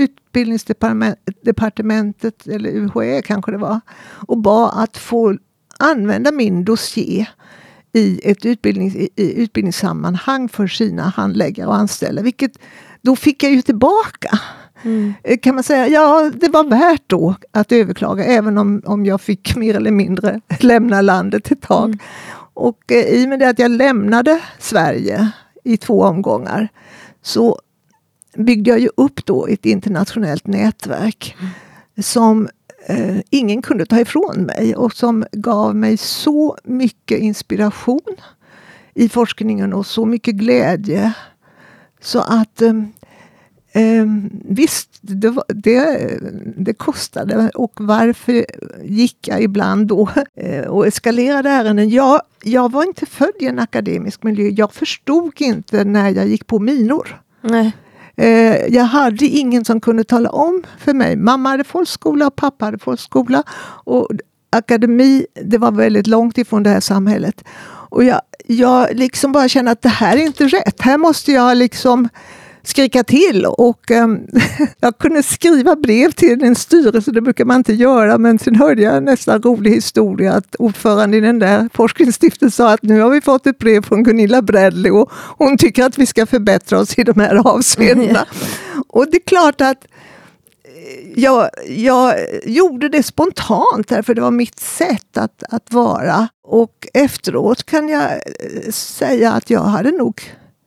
utbildningsdepartementet, eller U H Ä kanske det var, och bad att få använda min dossier i ett utbildnings, i utbildningssammanhang för sina handläggare och anställda. Vilket då fick jag ju tillbaka. Mm. Kan man säga, ja, det var värt då att överklaga, även om, om jag fick mer eller mindre lämna landet ett tag. Mm. Och eh, i och med det att jag lämnade Sverige i två omgångar, så byggde jag ju upp då ett internationellt nätverk mm. som eh, ingen kunde ta ifrån mig, och som gav mig så mycket inspiration i forskningen och så mycket glädje. Så att eh, Eh, visst, det, var, det, det kostade, och varför gick jag ibland då eh, och eskalerade ärenden? Jag, jag var inte född i en akademisk miljö. Jag förstod inte när jag gick på minor. Nej. Eh, jag hade ingen som kunde tala om för mig. Mamma hade folkskola och pappa hade folkskola. Och akademi, det var väldigt långt ifrån det här samhället. Och jag, jag liksom bara kände att det här är inte rätt. Här måste jag liksom... skrika till, och um, jag kunde skriva brev till en styrelse, det brukar man inte göra, men sen hörde jag nästan rolig historia att ordförande i den där forskningsstiftelsen sa att nu har vi fått ett brev från Gunilla Bradley och hon tycker att vi ska förbättra oss i de här avseendena. Mm. Och det är klart att jag, jag gjorde det spontant därför det var mitt sätt att, att vara. Och efteråt kan jag säga att jag hade nog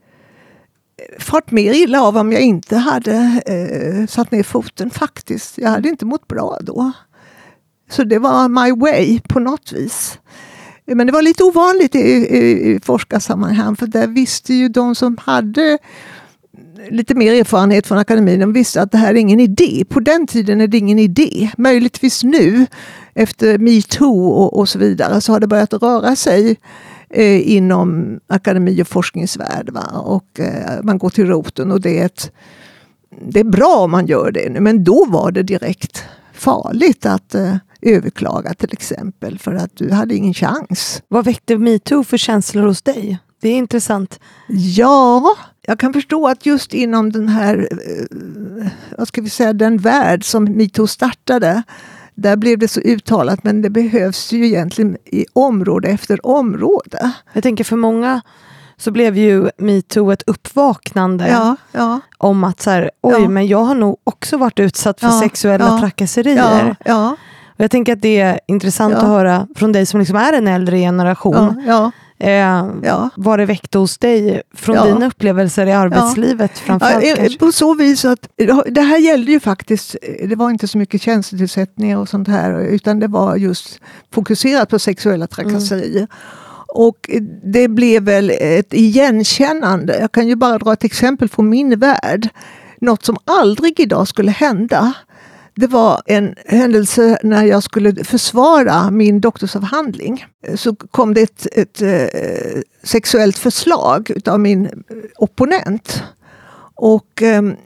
fått mer illa av om jag inte hade eh, satt ner foten faktiskt. Jag hade inte mått bra då. Så det var my way på något vis. Men det var lite ovanligt i, i, i forskarsammanhang, för där visste ju de som hade lite mer erfarenhet från akademin, de visste att det här är ingen idé. På den tiden är det ingen idé. Möjligtvis nu, efter MeToo och, och så vidare, så har det börjat röra sig eh, inom akademi och forskningsvärld. Va? Och eh, man går till roten och det är, ett, det är bra om man gör det nu. Men då var det direkt farligt att eh, överklaga till exempel, för att du hade ingen chans. Vad väckte MeToo för känslor hos dig? Det är intressant. Ja, jag kan förstå att just inom den här, eh, vad ska vi säga, den värld som MeToo startade, där blev det så uttalat, men det behövs ju egentligen i område efter område. Jag tänker för många så blev ju MeToo ett uppvaknande ja, ja. om att så här, oj, ja. men jag har nog också varit utsatt för ja, sexuella ja, trakasserier. Ja, ja. Och jag tänker att det är intressant ja. att höra från dig som liksom är en äldre generation. Ja, ja. Eh, ja. Vad det väckte hos dig från ja. dina upplevelser i arbetslivet ja. framförallt ja, kanske? På så vis att det här gällde ju faktiskt, det var inte så mycket tjänstetillsättningar och sånt här, utan det var just fokuserat på sexuella trakasserier. Mm. Och det blev väl ett igenkännande. Jag kan ju bara dra ett exempel från min värld. Något som aldrig idag skulle hända. Det var en händelse när jag skulle försvara min doktorsavhandling. Så kom det ett, ett, ett sexuellt förslag av min opponent. Och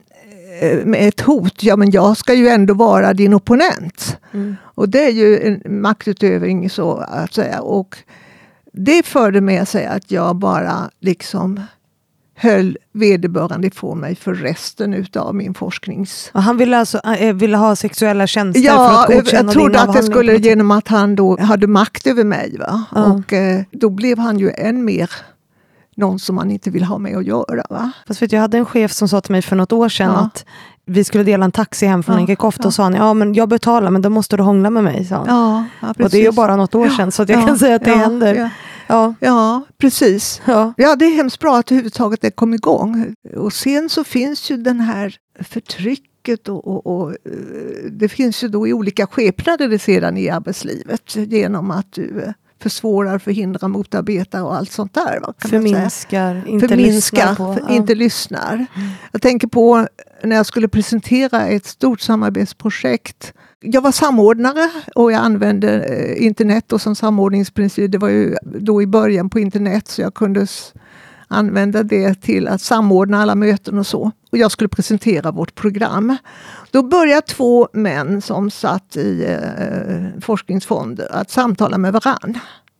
med ett hot, ja men jag ska ju ändå vara din opponent. Mm. Och det är ju en maktutövning så att säga. Och det förde med sig att jag bara liksom höll vederbörande ifrån mig för resten utav min forsknings... Och han ville alltså äh, ville ha sexuella tjänster ja, för att godkänna jag trodde att det skulle på genom att han då hade makt över mig. Va? Ja. Och eh, då blev han ju än mer någon som man inte vill ha med att göra. Va? Fast vet, jag hade en chef som sa till mig för något år sedan ja. att vi skulle dela en taxi hem från ja, Enke Kofta ja. och sa han, ja men jag betalar men då måste du hångla med mig. Sa ja, ja, och det är ju bara något år sedan ja, så att jag ja, kan säga att det ja, händer. Ja. Ja. ja, precis. Ja. ja, det är hemskt bra att överhuvudtaget det kom igång. Och sen så finns ju den här förtrycket och, och, och det finns ju då i olika skepnader det sedan i arbetslivet genom att du försvårar, förhindrar, motarbetar och allt sånt där. Va, kan Förminskar, man säga. inte Förminskar, lyssnar på. För, ja. inte lyssnar. Mm. Jag tänker på när jag skulle presentera ett stort samarbetsprojekt. Jag var samordnare och jag använde eh, internet och som samordningsprincip. Det var ju då i början på internet så jag kunde s- använda det till att samordna alla möten och så. Och jag skulle presentera vårt program. Då började två män som satt i eh, forskningsfonder att samtala med varann.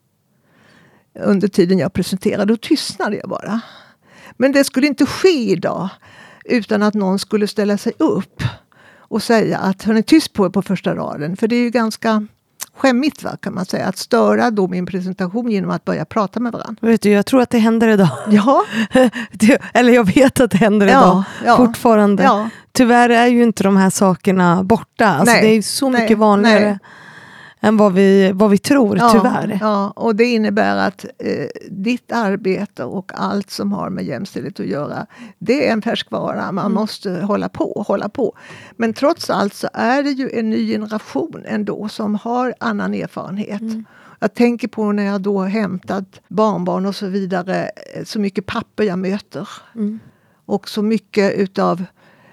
Under tiden jag presenterade, då tystnade jag bara. Men det skulle inte ske idag utan att någon skulle ställa sig upp och säga att hon är tyst på på första raden. För det är ju ganska skämmigt, va, kan man säga. Att störa då min presentation genom att börja prata med varandra. Vet du, jag tror att det händer idag. Ja. Eller jag vet att det händer ja, idag. Ja, fortfarande. Ja. Tyvärr är ju inte de här sakerna borta. Alltså, det är ju så nej, mycket vanligare. Nej. Än vad vi, vad vi tror, ja, tyvärr. Ja, och det innebär att eh, ditt arbete och allt som har med jämställdhet att göra, det är en färskvara. Man mm. måste hålla på, hålla på. Men trots allt så är det ju en ny generation ändå som har annan erfarenhet. Mm. Jag tänker på när jag då har hämtat barnbarn och så vidare, så mycket papper jag möter. Mm. Och så mycket utav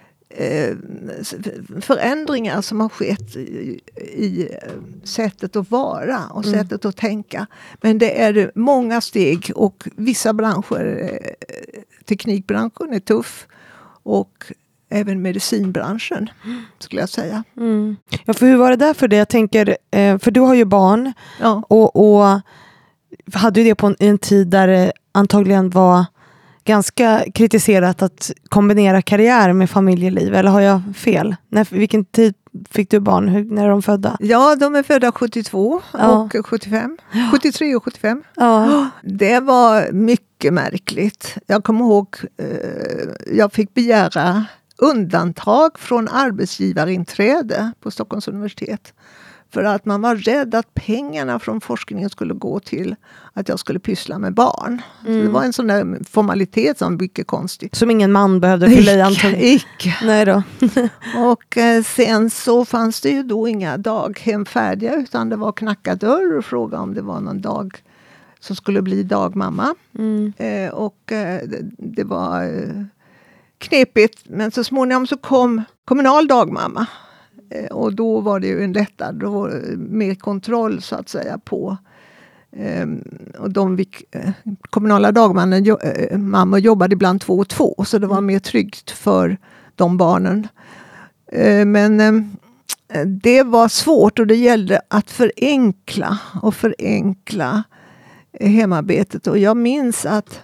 förändringar som har skett i, i sättet att vara och mm. sättet att tänka. Men det är många steg och vissa branscher, teknikbranschen är tuff och även medicinbranschen skulle jag säga. Mm. Ja, för hur var det där för dig? Jag tänker, för du har ju barn ja. och, och hade ju det på en, en tid där det antagligen var ganska kritiserat att kombinera karriär med familjeliv. Eller har jag fel? När, vilken tid fick du barn? Hur, när är de födda? Ja, de är födda sjuttiotvå ja. och sjuttiofem. Ja. sjuttiotre och sjuttiofem. Ja. Det var mycket märkligt. Jag kommer ihåg, eh, jag fick begära undantag från arbetsgivarinträde på Stockholms universitet. För att man var rädd att pengarna från forskningen skulle gå till att jag skulle pyssla med barn. Mm. Så det var en sån där formalitet som var mycket konstigt. Som ingen man behövde fylla i antagligen. Icke. Nej då. Och eh, sen så fanns det ju då inga daghem färdiga, utan det var knacka dörr och fråga om det var någon dag som skulle bli dagmamma. Mm. Eh, och eh, det, det var eh, knepigt, men så småningom så kom kommunal dagmamma. Och då var det ju en lättnad, då var det mer kontroll så att säga på. Um, och de fick, uh, kommunala dagmannen jo, uh, mamma jobbade ibland två och två, så det var mer tryggt för de barnen. Uh, men uh, det var svårt, och det gällde att förenkla och förenkla hemarbetet. Och jag minns att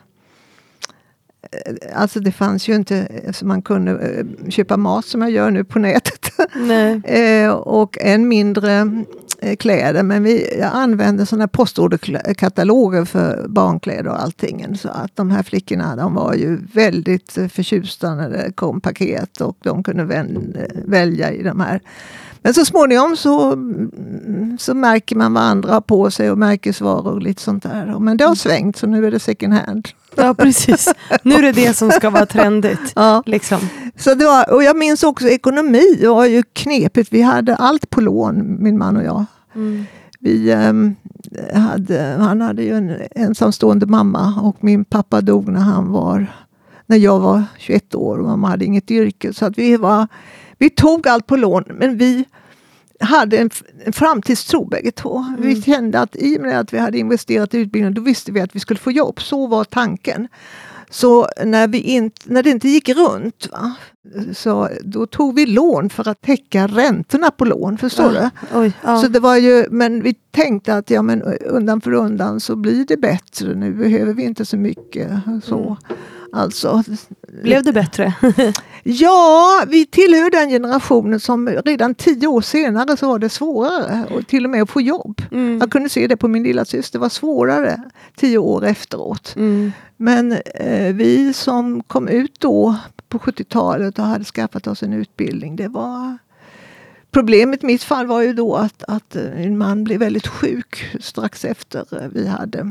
alltså det fanns ju inte så man kunde köpa mat som jag gör nu på nätet. Nej. eh, och än mindre eh, kläder. Men vi, jag använde sådana postorderkataloger för barnkläder och allting. Så att de här flickorna, de var ju väldigt förtjusta när det kom paket. Och de kunde väl, välja i de här. Men så småningom så, så märker man vad andra har på sig och märkesvaror och lite sånt där. Men det har svängt, så nu är det second hand. Ja, precis. Nu är det det som ska vara trendigt. Ja. Liksom. Så det var, och jag minns också ekonomi. Det var ju knepigt. Vi hade allt på lån, min man och jag. Mm. Vi um, hade, han hade ju en ensamstående mamma, och min pappa dog när han var, när jag var tjugoett år, och mamma hade inget yrke. Så att vi var, vi tog allt på lån, men vi hade en, en framtidstro bägge två. Mm. Vi kände att i och med att vi hade investerat i utbildning, då visste vi att vi skulle få jobb. Så var tanken. Så när, vi inte, när det inte gick runt, va, så då tog vi lån för att täcka räntorna på lån, förstår ja. du? Oj, ja. Så det var ju, men vi tänkte att ja, men undan för undan så blir det bättre. Nu behöver vi inte så mycket. Så. Mm. Alltså, blev det bättre? Ja, vi tillhör den generationen som redan tio år senare så var det svårare. Och till och med att få jobb. Mm. Jag kunde se det på min lilla syster. Det var svårare tio år efteråt. Mm. Men eh, vi som kom ut då på sjuttiotalet och hade skaffat oss en utbildning. Det var... Problemet i mitt fall var ju då att, att en man blev väldigt sjuk strax efter vi hade...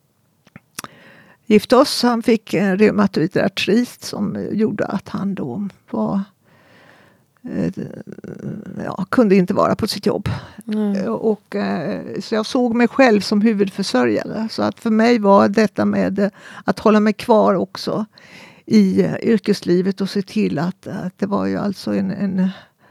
gift oss. Han fick en reumatoid artrit som gjorde att han då var, eh, ja, kunde inte vara på sitt jobb. Mm. Och, eh, så jag såg mig själv som huvudförsörjare. Så att för mig var detta med eh, att hålla mig kvar också i eh, yrkeslivet och se till att, att det var ju alltså en, en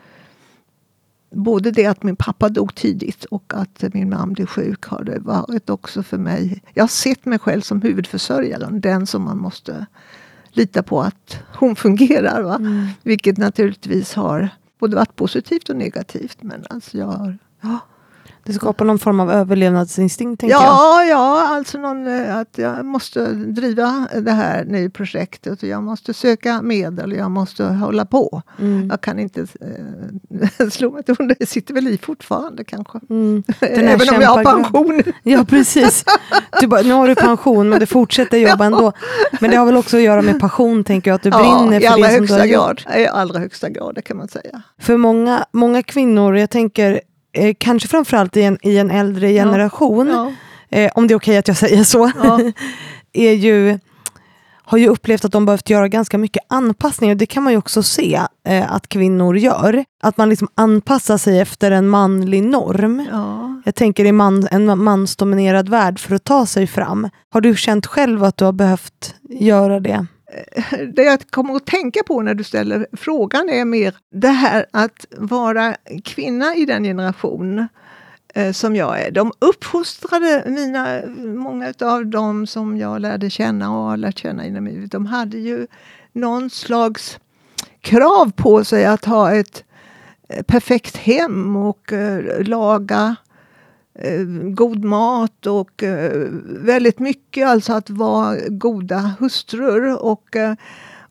både det att min pappa dog tidigt och att min mamma blev sjuk har det varit också för mig. Jag har sett mig själv som huvudförsörjaren. Den som man måste lita på att hon fungerar. Va? Mm. Vilket naturligtvis har både varit positivt och negativt. Men alltså jag har... Ja. Det skapar någon form av överlevnadsinstinkt, tänker ja, jag. Ja, alltså någon, att jag måste driva det här nya projektet. Och jag måste söka medel, jag måste hålla på. Mm. Jag kan inte äh, slå mig till hon. Det sitter väl i fortfarande kanske. Mm. Även om jag har pension. Ja, precis. Du bara, nu har du pension, men du fortsätter jobba ja. ändå. Men det har väl också att göra med passion, tänker jag. Att du ja, brinner för det som du har gjort. I allra högsta grad, det kan man säga. För många, många kvinnor, jag tänker... Eh, kanske framförallt i en, i en äldre generation, ja, ja. Eh, om det är okej att jag säger så, ja. är ju, har ju upplevt att de behövt göra ganska mycket anpassningar. Det kan man ju också se eh, att kvinnor gör. Att man liksom anpassar sig efter en manlig norm. Ja. Jag tänker i man, en mansdominerad värld för att ta sig fram. Har du känt själv att du har behövt göra det? Det jag kommer att tänka på när du ställer frågan är mer det här att vara kvinna i den generation eh, som jag är. De uppfostrade mina, många av dem som jag lärde känna och har lärt känna inom livet. De hade ju någon slags krav på sig att ha ett eh, perfekt hem och eh, laga Eh, god mat och eh, väldigt mycket, alltså att vara goda hustrur och, eh,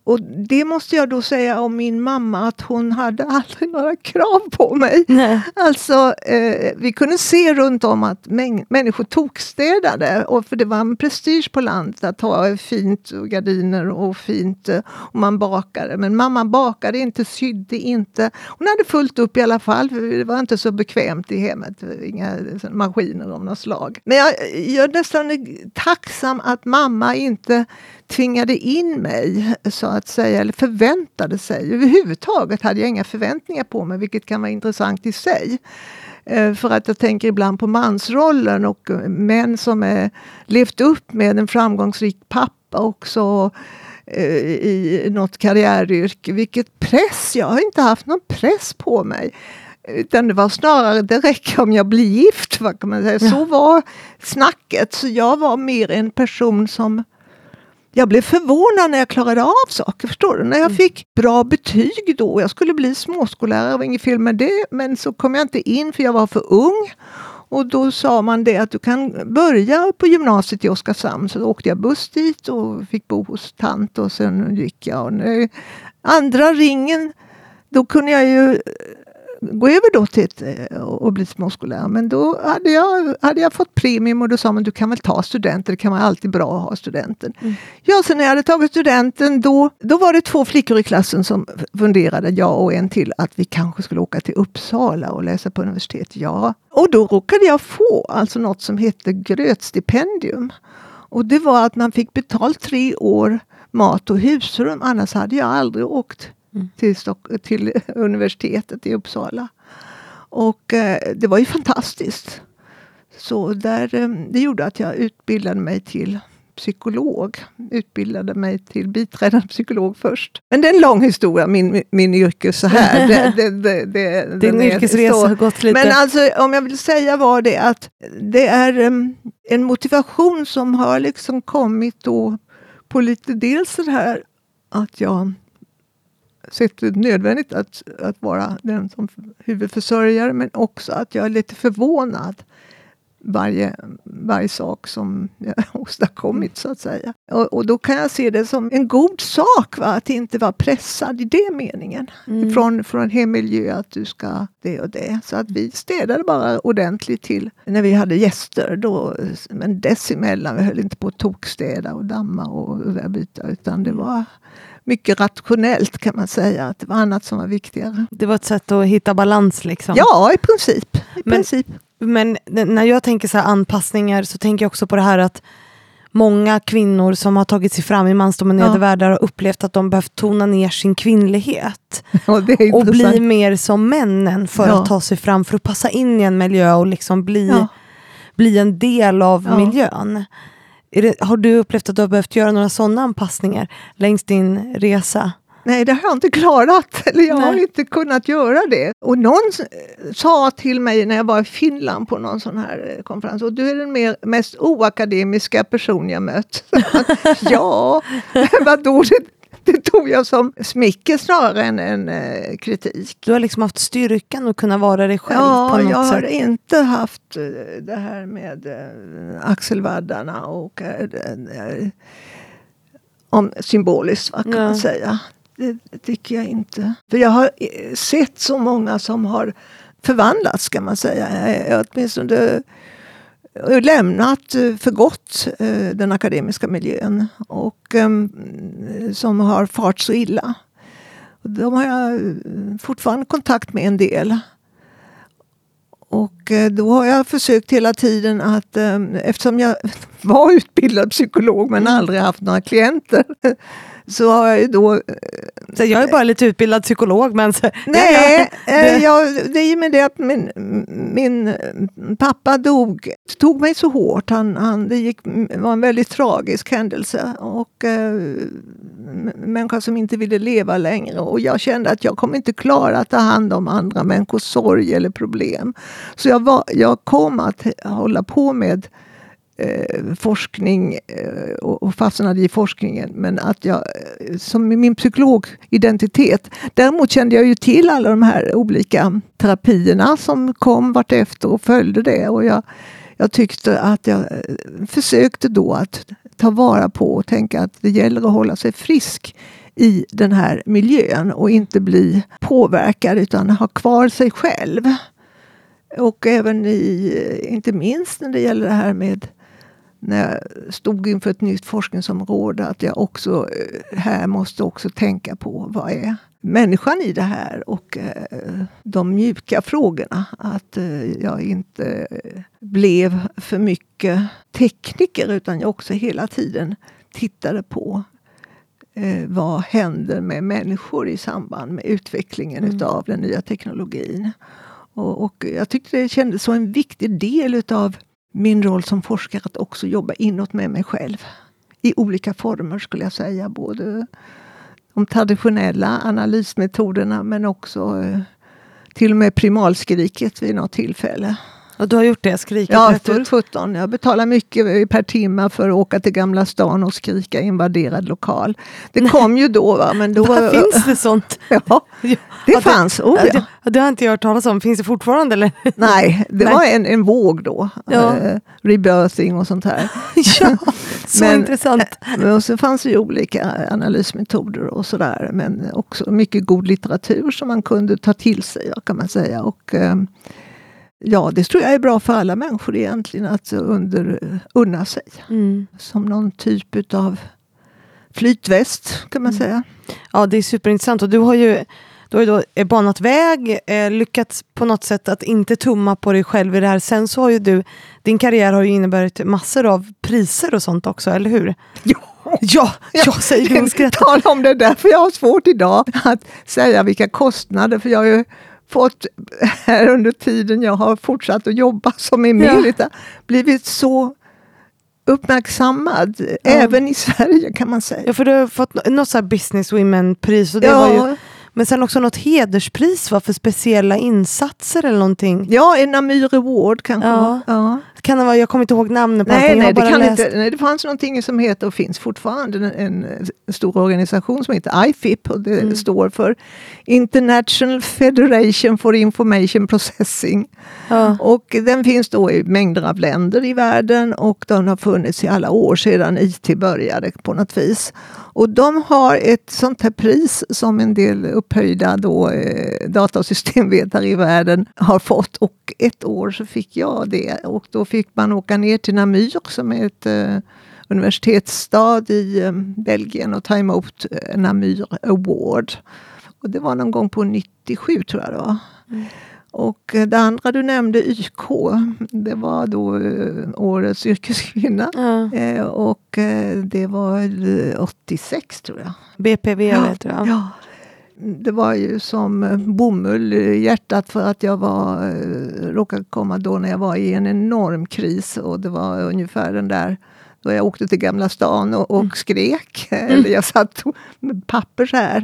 och det måste jag då säga om min mamma, att hon hade aldrig några krav på mig. Nej. Alltså eh, vi kunde se runt om att mäng- människor tokstädade, och för det var en prestige på landet att ha fint och gardiner och fint, eh, och man bakade. Men mamma bakade inte, sydde inte. Hon hade fullt upp i alla fall, för det var inte så bekvämt i hemmet. Inga maskiner av något slag. Men jag, jag är nästan tacksam att mamma inte tvingade in mig, så att säga, eller förväntade sig. Överhuvudtaget hade jag inga förväntningar på mig, vilket kan vara intressant i sig. Eh, för att jag tänker ibland på mansrollen och män som är levt upp med en framgångsrik pappa också eh, i något karriäryrke. Vilket press! Jag har inte haft någon press på mig. Utan det var snarare, det räcker om jag blir gift, vad kan man säga. Så var snacket. Så jag var mer en person som, jag blev förvånad när jag klarade av saker, förstår du? När jag fick bra betyg då, jag skulle bli småskollärare, och inget fel med det, men så kom jag inte in för jag var för ung. Och då sa man det att du kan börja på gymnasiet i Oskarshamn. Så då åkte jag buss dit och fick bo hos tant, och sen gick jag. Och nu, andra ringen, då kunde jag ju gå över då till ett, och bli småskollärare. Men då hade jag, hade jag fått premium, och då sa man, du kan väl ta studenter, det kan vara alltid bra att ha studenten. Mm. Ja, så när jag hade tagit studenten, då, då var det två flickor i klassen som funderade, jag och en till, att vi kanske skulle åka till Uppsala och läsa på universitet. Ja, och då råkade jag få alltså något som hette grötstipendium. Och det var att man fick betalt tre år mat och husrum, annars hade jag aldrig åkt Mm. Till, Stock- till universitetet i Uppsala. Och eh, det var ju fantastiskt. Så där, eh, det gjorde att jag utbildade mig till psykolog. Utbildade mig till biträdande psykolog först. Men det är en lång historia, min, min yrke så här. Det, det, det, det, Din yrkesresa har gått lite. Men alltså, om jag vill säga var det att det är um, en motivation som har liksom kommit då på lite dels så här att jag sett det nödvändigt att, att vara den som huvudförsörjare, men också att jag är lite förvånad varje, varje sak som jag åstadkommit, så att säga. Och, och då kan jag se det som en god sak, va? Att inte vara pressad i det meningen. Mm. Från, från hemmiljö att du ska det och det. Så att vi städade bara ordentligt till när vi hade gäster. Då, men dessemellan, vi höll inte på att tokstäda och damma och, och där byta, utan det var mycket rationellt, kan man säga. Att det var annat som var viktigare. Det var ett sätt att hitta balans liksom. Ja, i princip. I men, princip. men när jag tänker så här anpassningar, så tänker jag också på det här att många kvinnor som har tagit sig fram i mansdominerade ja. världar har upplevt att de behövt tona ner sin kvinnlighet. Ja, det är och bli mer som männen för ja. att ta sig fram, för att passa in i en miljö och liksom bli, ja. bli en del av ja. miljön. Är det, har du upplevt att du har behövt göra några sådana anpassningar längs din resa? Nej, det har jag inte klarat. Eller jag Nej. har inte kunnat göra det. Och någon sa till mig när jag var i Finland på någon sån här konferens, och du är den mer, mest oakademiska person jag mött. Ja, vadå? Det, det tog jag som smicker snarare än en eh, kritik. Du har liksom haft styrkan att kunna vara dig själv ja, på något sätt. Ja, jag har inte haft eh, det här med eh, axelvaddarna och eh, eh, om symboliskt, vad kan ja. man säga. Det, det tycker jag inte. För jag har sett så många som har förvandlats, ska man säga. Jag har åtminstone lämnat för gott den akademiska miljön. Och um, som har fart så illa. De har jag fortfarande kontakt med en del. Och då har jag försökt hela tiden att, eftersom jag var utbildad psykolog men aldrig haft några klienter, så har jag ju då... Så jag är bara lite utbildad psykolog, men... Så, nej, ja, ja. Jag, det är ju med det att min, min pappa dog. Det tog mig så hårt. Han, han, det gick, var en väldigt tragisk händelse. Och äh, människa som inte ville leva längre. Och jag kände att jag kommer inte klara att ta hand om andra människors sorg eller problem. Så jag, var, jag kom att hålla på med Eh, forskning eh, och, och fastnade i forskningen, men att jag eh, som min psykologidentitet, däremot kände jag ju till alla de här olika terapierna som kom vartefter och följde det, och jag, jag tyckte att jag eh, försökte då att ta vara på och tänka att det gäller att hålla sig frisk i den här miljön och inte bli påverkad utan ha kvar sig själv. Och även i, inte minst när det gäller det här med när jag stod inför ett nytt forskningsområde, att jag också här måste också tänka på vad är människan i det här och eh, de mjuka frågorna. Att eh, jag inte blev för mycket tekniker utan jag också hela tiden tittade på eh, vad händer med människor i samband med utvecklingen mm. utav den nya teknologin. Och, och jag tyckte det kändes som en viktig del utav min roll som forskare att också jobba inåt med mig själv. I olika former skulle jag säga. Både de traditionella analysmetoderna men också eh, till och med primalskriket vid något tillfälle. Och du har gjort det, skriket? Ja, för sjutton. Jag betalar mycket per timme för att åka till Gamla stan och skrika invaderad lokal. Det kom ju då va. Men då var, finns det sånt? Ja, det ja, fanns. Det, oh, ja. det, det har inte jag hört talas om. Finns det fortfarande? Eller? Nej, det Nej. var en, en våg då. Ja. Uh, rebirthing och sånt här. Ja, så men, intressant. Men så fanns det ju olika analysmetoder och sådär. Men också mycket god litteratur som man kunde ta till sig kan man säga. Och um, ja, det tror jag är bra för alla människor egentligen att under, unna sig. Mm. Som någon typ av flytväst kan man mm. säga. Ja, det är superintressant. Och du har ju, du har ju då banat väg, eh, lyckats på något sätt att inte tumma på dig själv i det här. Sen så har ju du, din karriär har ju inneburit massor av priser och sånt också, eller hur? Ja! Ja, jag säger du skrattar. Tala om det där, för jag har svårt idag att säga vilka kostnader, för jag har ju fått här under tiden jag har fortsatt att jobba som emerita ja. blivit så uppmärksammad ja. även i Sverige kan man säga. Ja, för du har fått något så här Business Women-pris och det ja. var ju, men sen också något hederspris va, för speciella insatser eller någonting. Ja, en Namur Award kanske. Ja. Ja. Kan det vara, jag kommer inte ihåg namnet på nej, nej, nej, det kan inte, nej, det fanns någonting som heter och finns fortfarande en, en stor organisation som heter I F I P och det mm. står för International Federation for Information Processing. Ja. Och den finns då i mängder av länder i världen och den har funnits i alla år sedan I T började på något vis. Och de har ett sånt här pris som en del upphöjda då, eh, data- och systemvetare i världen har fått och ett år så fick jag det och då fick man åka ner till Namur som är ett eh, universitetsstad i eh, Belgien och ta emot eh, Namur Award. Och det var någon gång på nittiosju tror jag det var. Mm. Och eh, det andra du nämnde Y K, det var då eh, årets yrkeskvinna. Mm. Eh, och eh, det var eh, åttiosex tror jag. B P V ja, vet jag. Ja. Det var ju som bomull i hjärtat för att jag var, råkade komma då när jag var i en enorm kris och det var ungefär den där då jag åkte till Gamla stan och, och skrek mm. eller jag satt med papper så här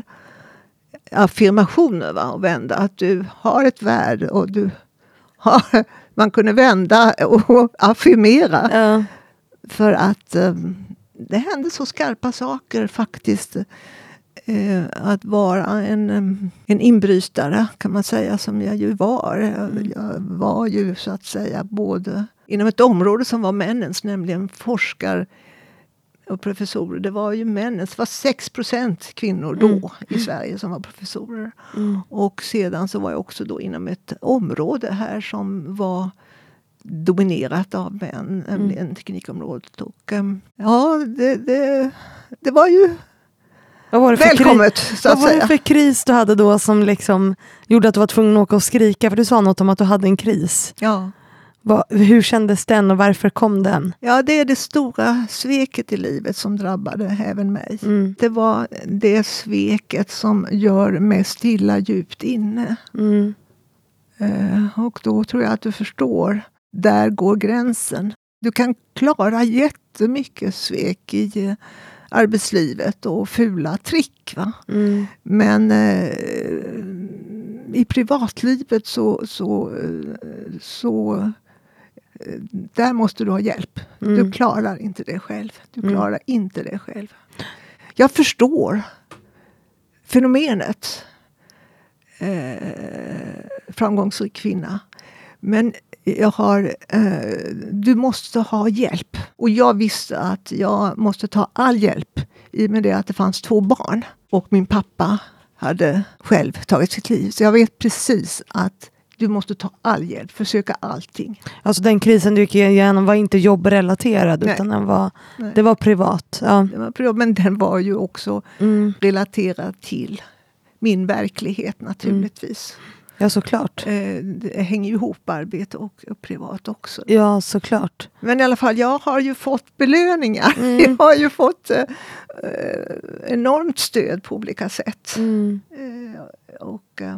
affirmationer va, och vända att du har ett värde och du har, man kunde vända och affirmera ja. För att um, det hände så skarpa saker faktiskt. Eh, att vara en, en inbrytare kan man säga som jag ju var. Jag, jag var ju så att säga både inom ett område som var männens, nämligen forskar och professorer. Det var ju männens, det var sex procent kvinnor då mm. i Sverige som var professorer. Mm. Och sedan så var jag också då inom ett område här som var dominerat av män, nämligen mm. teknikområdet. Och ja, det, det, det var ju Vad var det för välkommet, kris, så att vad var säga. det för kris du hade då som liksom gjorde att du var tvungen att åka och skrika? För du sa något om att du hade en kris. Ja. Vad, hur kändes den och varför kom den? Ja, det är det stora sveket i livet som drabbade även mig. Mm. Det var det sveket som gör mig stilla djupt inne. Mm. Uh, och då tror jag att du förstår, där går gränsen. Du kan klara jättemycket svek i uh, arbetslivet och fula trick. Va? Mm. Men uh, i privatlivet så, så, uh, så uh, där måste du ha hjälp. Mm. Du klarar inte det själv. Du klarar mm. inte det själv. Jag förstår fenomenet eh, framgångsrik kvinna. Men jag har, eh, du måste ha hjälp. Och jag visste att jag måste ta all hjälp i och med det att det fanns två barn. Och min pappa hade själv tagit sitt liv. Så jag vet precis att du måste ta all hjälp, försöka allting. Alltså den krisen du gick igenom var inte jobbrelaterad. Nej. Utan den var, det var privat. Ja. Det var privat. Men den var ju också mm. relaterad till min verklighet naturligtvis. Mm. Ja, såklart. Det hänger ju ihop arbete och, och privat också. Ja, såklart. Men i alla fall, jag har ju fått belöningar. Mm. Jag har ju fått eh, enormt stöd på olika sätt. Mm. Eh, och eh,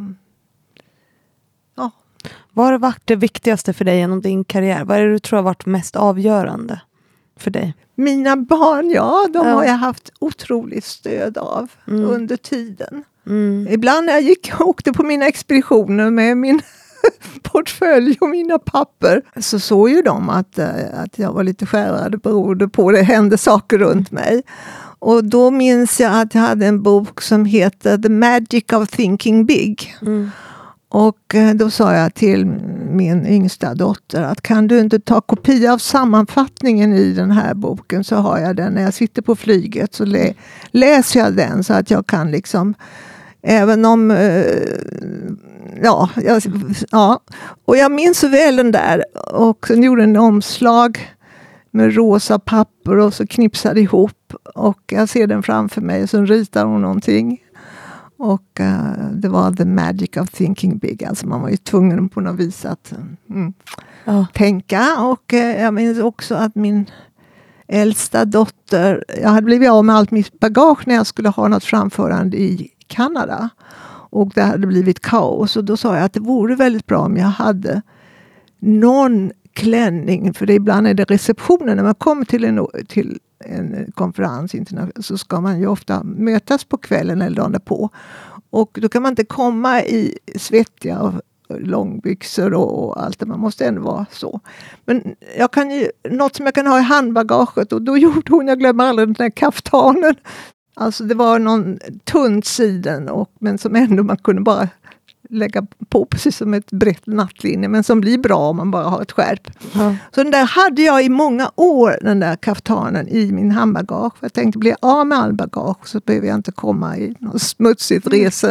ja. Vad har varit det viktigaste för dig genom din karriär? Vad är det du tror har varit mest avgörande för dig? Mina barn, ja, de ja. har jag haft otroligt stöd av mm. under tiden. Mm. Ibland när jag gick och åkte på mina expeditioner med min portfölj och mina papper så såg ju de att, att jag var lite skärrad beroende på det hände saker runt mig. Och då minns jag att jag hade en bok som heter The Magic of Thinking Big. Mm. Och då sa jag till min yngsta dotter att kan du inte ta kopia av sammanfattningen i den här boken, så har jag den när jag sitter på flyget, så lä- läser jag den så att jag kan liksom, även om eh, ja, jag, ja, och jag minns så väl den där, och sen gjorde en omslag med rosa papper och så knipsade ihop, och jag ser den framför mig och så ritar hon någonting. Och uh, det var the magic of thinking big. Alltså man var ju tvungen på något vis att mm, ja. tänka. Och uh, jag minns också att min äldsta dotter, jag hade blivit av med allt mitt bagage när jag skulle ha något framförande i Kanada. Och det hade blivit kaos. Och då sa jag att det vore väldigt bra om jag hade någon klänning. För det ibland är det receptionen när man kommer till en, till en konferens så ska man ju ofta mötas på kvällen eller dagen på. Och då kan man inte komma i svettiga och långbyxor och allt det. Man måste ändå vara så. Men jag kan ju, något som jag kan ha i handbagaget, och då gjorde hon, jag glömmer aldrig den där kaftanen. Alltså det var någon tunn siden, och, men som ändå man kunde bara lägga på precis som ett brett nattlinne, men som blir bra om man bara har ett skärp. Mm. Så den där hade jag i många år, den där kaftanen i min handbagage. För jag tänkte, bli av med all bagage så behöver jag inte komma i någon smutsigt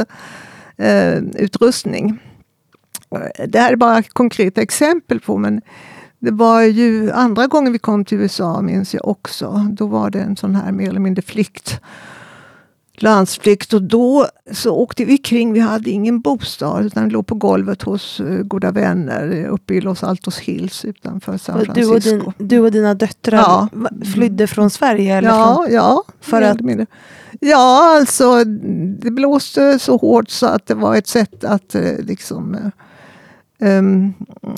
reseutrustning. Eh, det här är bara ett konkret exempel på, men det var ju andra gången vi kom till U S A, minns jag också. Då var det en sån här mer eller mindre flykt. landsflykt, och då så åkte vi kring, vi hade ingen bostad utan låg på golvet hos uh, goda vänner uppe i Los Altos Hills utanför San Francisco. Du och, din, du och dina döttrar ja. flydde från Sverige? Eller ja, från, ja. För att... ja, alltså det blåste så hårt så att det var ett sätt att uh, liksom uh, Um,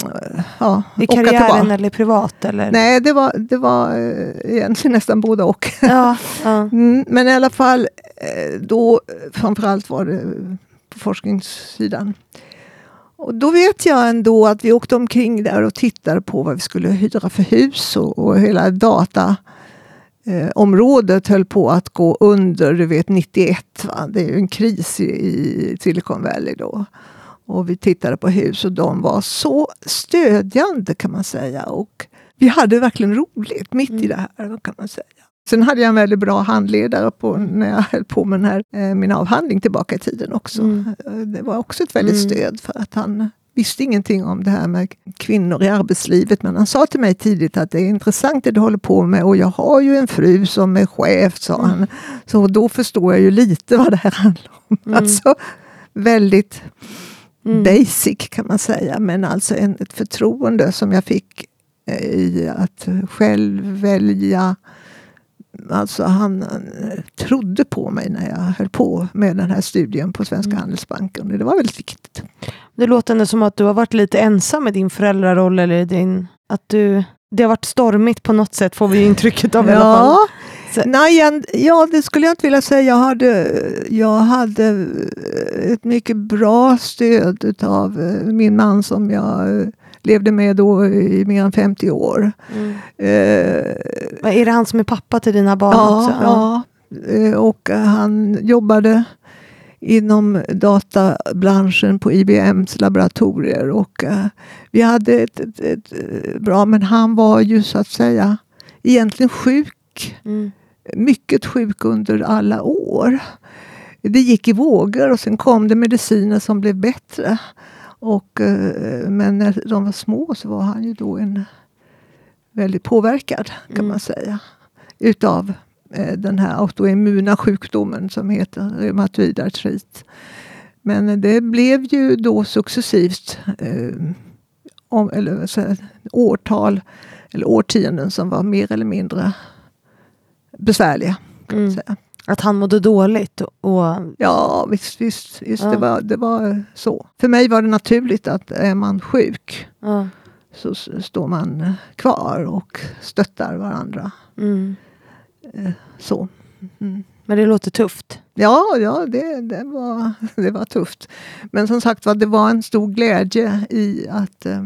ja, i karriären eller privat? Eller? Nej, det var, det var uh, egentligen nästan både och. Ja, ja. Mm, men i alla fall, uh, då framförallt var det på forskningssidan. Och då vet jag ändå att vi åkte omkring där och tittade på vad vi skulle hyra för hus, och, och hela dataområdet uh, höll på att gå under, du vet, nittioett. Va? Det är ju en kris i, i Silicon Valley då. Och vi tittade på hus och de var så stödjande, kan man säga. Och vi hade verkligen roligt mitt mm. i det här, kan man säga. Sen hade jag en väldigt bra handledare på, när jag höll på med den här, eh, min avhandling tillbaka i tiden också. Mm. Det var också ett väldigt mm. stöd, för att han visste ingenting om det här med kvinnor i arbetslivet. Men han sa till mig tidigt att det är intressant det du håller på med, och jag har ju en fru som är chef, sa mm. han. Så då förstår jag ju lite vad det här handlar om. Mm. Alltså väldigt... Mm. basic, kan man säga, men alltså en, ett förtroende som jag fick eh, i att själv välja. Alltså han eh, trodde på mig när jag höll på med den här studien på Svenska mm. Handelsbanken, och det var väldigt viktigt. Det låter ändå som att du har varit lite ensam med din föräldraroll, eller din, att du, det har varit stormigt på något sätt, får vi intrycket av i alla fall. Ja. Nej, ja, det skulle jag inte vilja säga. Jag hade, jag hade ett mycket bra stöd av min man som jag levde med då i mer än femtio år. Mm. Eh, är det han som är pappa till dina barn ja, också? Ja, ja. Och han jobbade inom databranschen på I B M:s laboratorier. Och uh, vi hade ett, ett, ett bra, men han var ju så att säga egentligen sjuk. Mm. Mycket sjuk under alla år. det gick i vågor och sen kom det mediciner som blev bättre. Och, eh, men när de var små så var han ju då en väldigt påverkad kan mm. man säga. Utav eh, den här autoimmuna sjukdomen som heter reumatoid artrit. Men det blev ju då successivt eh, om, eller, så här, årtal eller årtionden som var mer eller mindre besvärliga kan man mm. säga. Att han mådde dåligt? Och... Ja, visst, visst, visst ja. Det, var, det var så. För mig var det naturligt att är man sjuk ja. så står man kvar och stöttar varandra. Mm. Eh, så. Mm. Men det låter tufft. Ja, ja det, det, var, det var tufft. Men som sagt var, det var en stor glädje i att eh,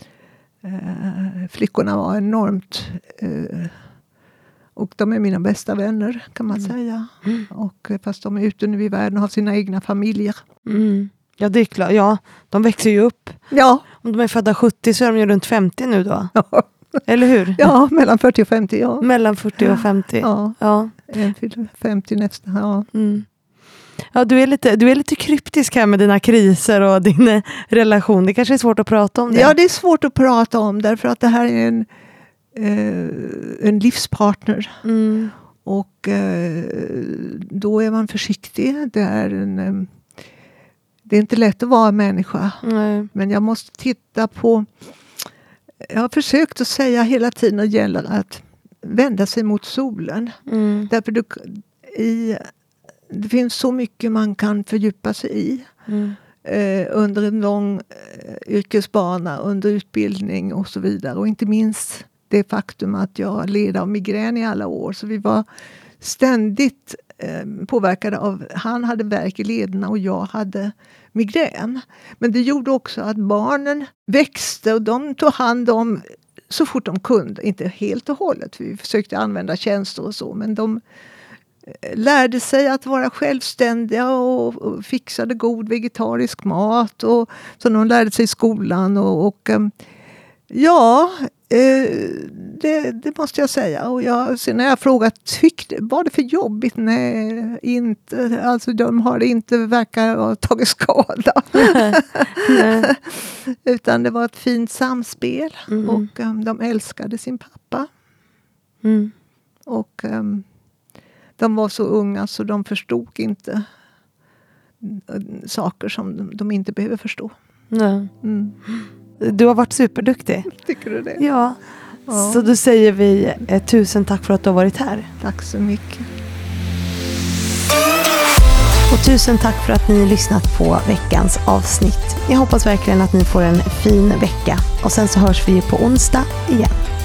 eh, flickorna var enormt... Eh, och de är mina bästa vänner kan man mm. säga. Mm. Och fast de är ute nu i världen och har sina egna familjer. Mm. Ja, det är klart. Ja, de växer ju upp. Ja. Om de är födda sjuttio så är de ju runt femtio nu då. Ja. Eller hur? Ja, mellan fyrtio och femtio. Ja. Mellan fyrtio och femtio. Ja, ja. En fyller femtio nästa. Ja. Mm. Ja, du är, lite, du är lite kryptisk här med dina kriser och din relation. Det kanske är svårt att prata om det. Ja, det är svårt att prata om därför att det här är en Eh, en livspartner mm. och eh, då är man försiktig. Det är, en, eh, det är inte lätt att vara människa. Nej. Men jag måste titta på, jag har försökt att säga hela tiden att det gäller att vända sig mot solen. Mm. Därför du, i, det finns så mycket man kan fördjupa sig i. Mm. Eh, under en lång eh, yrkesbana, under utbildning och så vidare. Och inte minst det faktum att jag led av migrän i alla år. Så vi var ständigt eh, påverkade av, han hade värk i lederna och jag hade migrän. Men det gjorde också att barnen växte och de tog hand om så fort de kunde. Inte helt och hållet, vi försökte använda tjänster och så. Men de eh, lärde sig att vara självständiga och, och fixade god vegetarisk mat. Och, så de lärde sig i skolan och, och eh, ja... Eh, det, det måste jag säga. Och jag, sen när jag frågat, tyckte, var det för jobbigt? Nej, inte. Alltså de har inte verkar ha tagit skada. Nej. Utan det var ett fint samspel. Mm. Och um, de älskade sin pappa. Mm. Och um, de var så unga så de förstod inte saker som de, de inte behöver förstå. Nej. Mm. Du har varit superduktig. Tycker du det? Ja. Ja. Så då säger vi eh, tusen tack för att du har varit här. Tack så mycket. Och tusen tack för att ni har lyssnat på veckans avsnitt. Jag hoppas verkligen att ni får en fin vecka. Och sen så hörs vi på onsdag igen.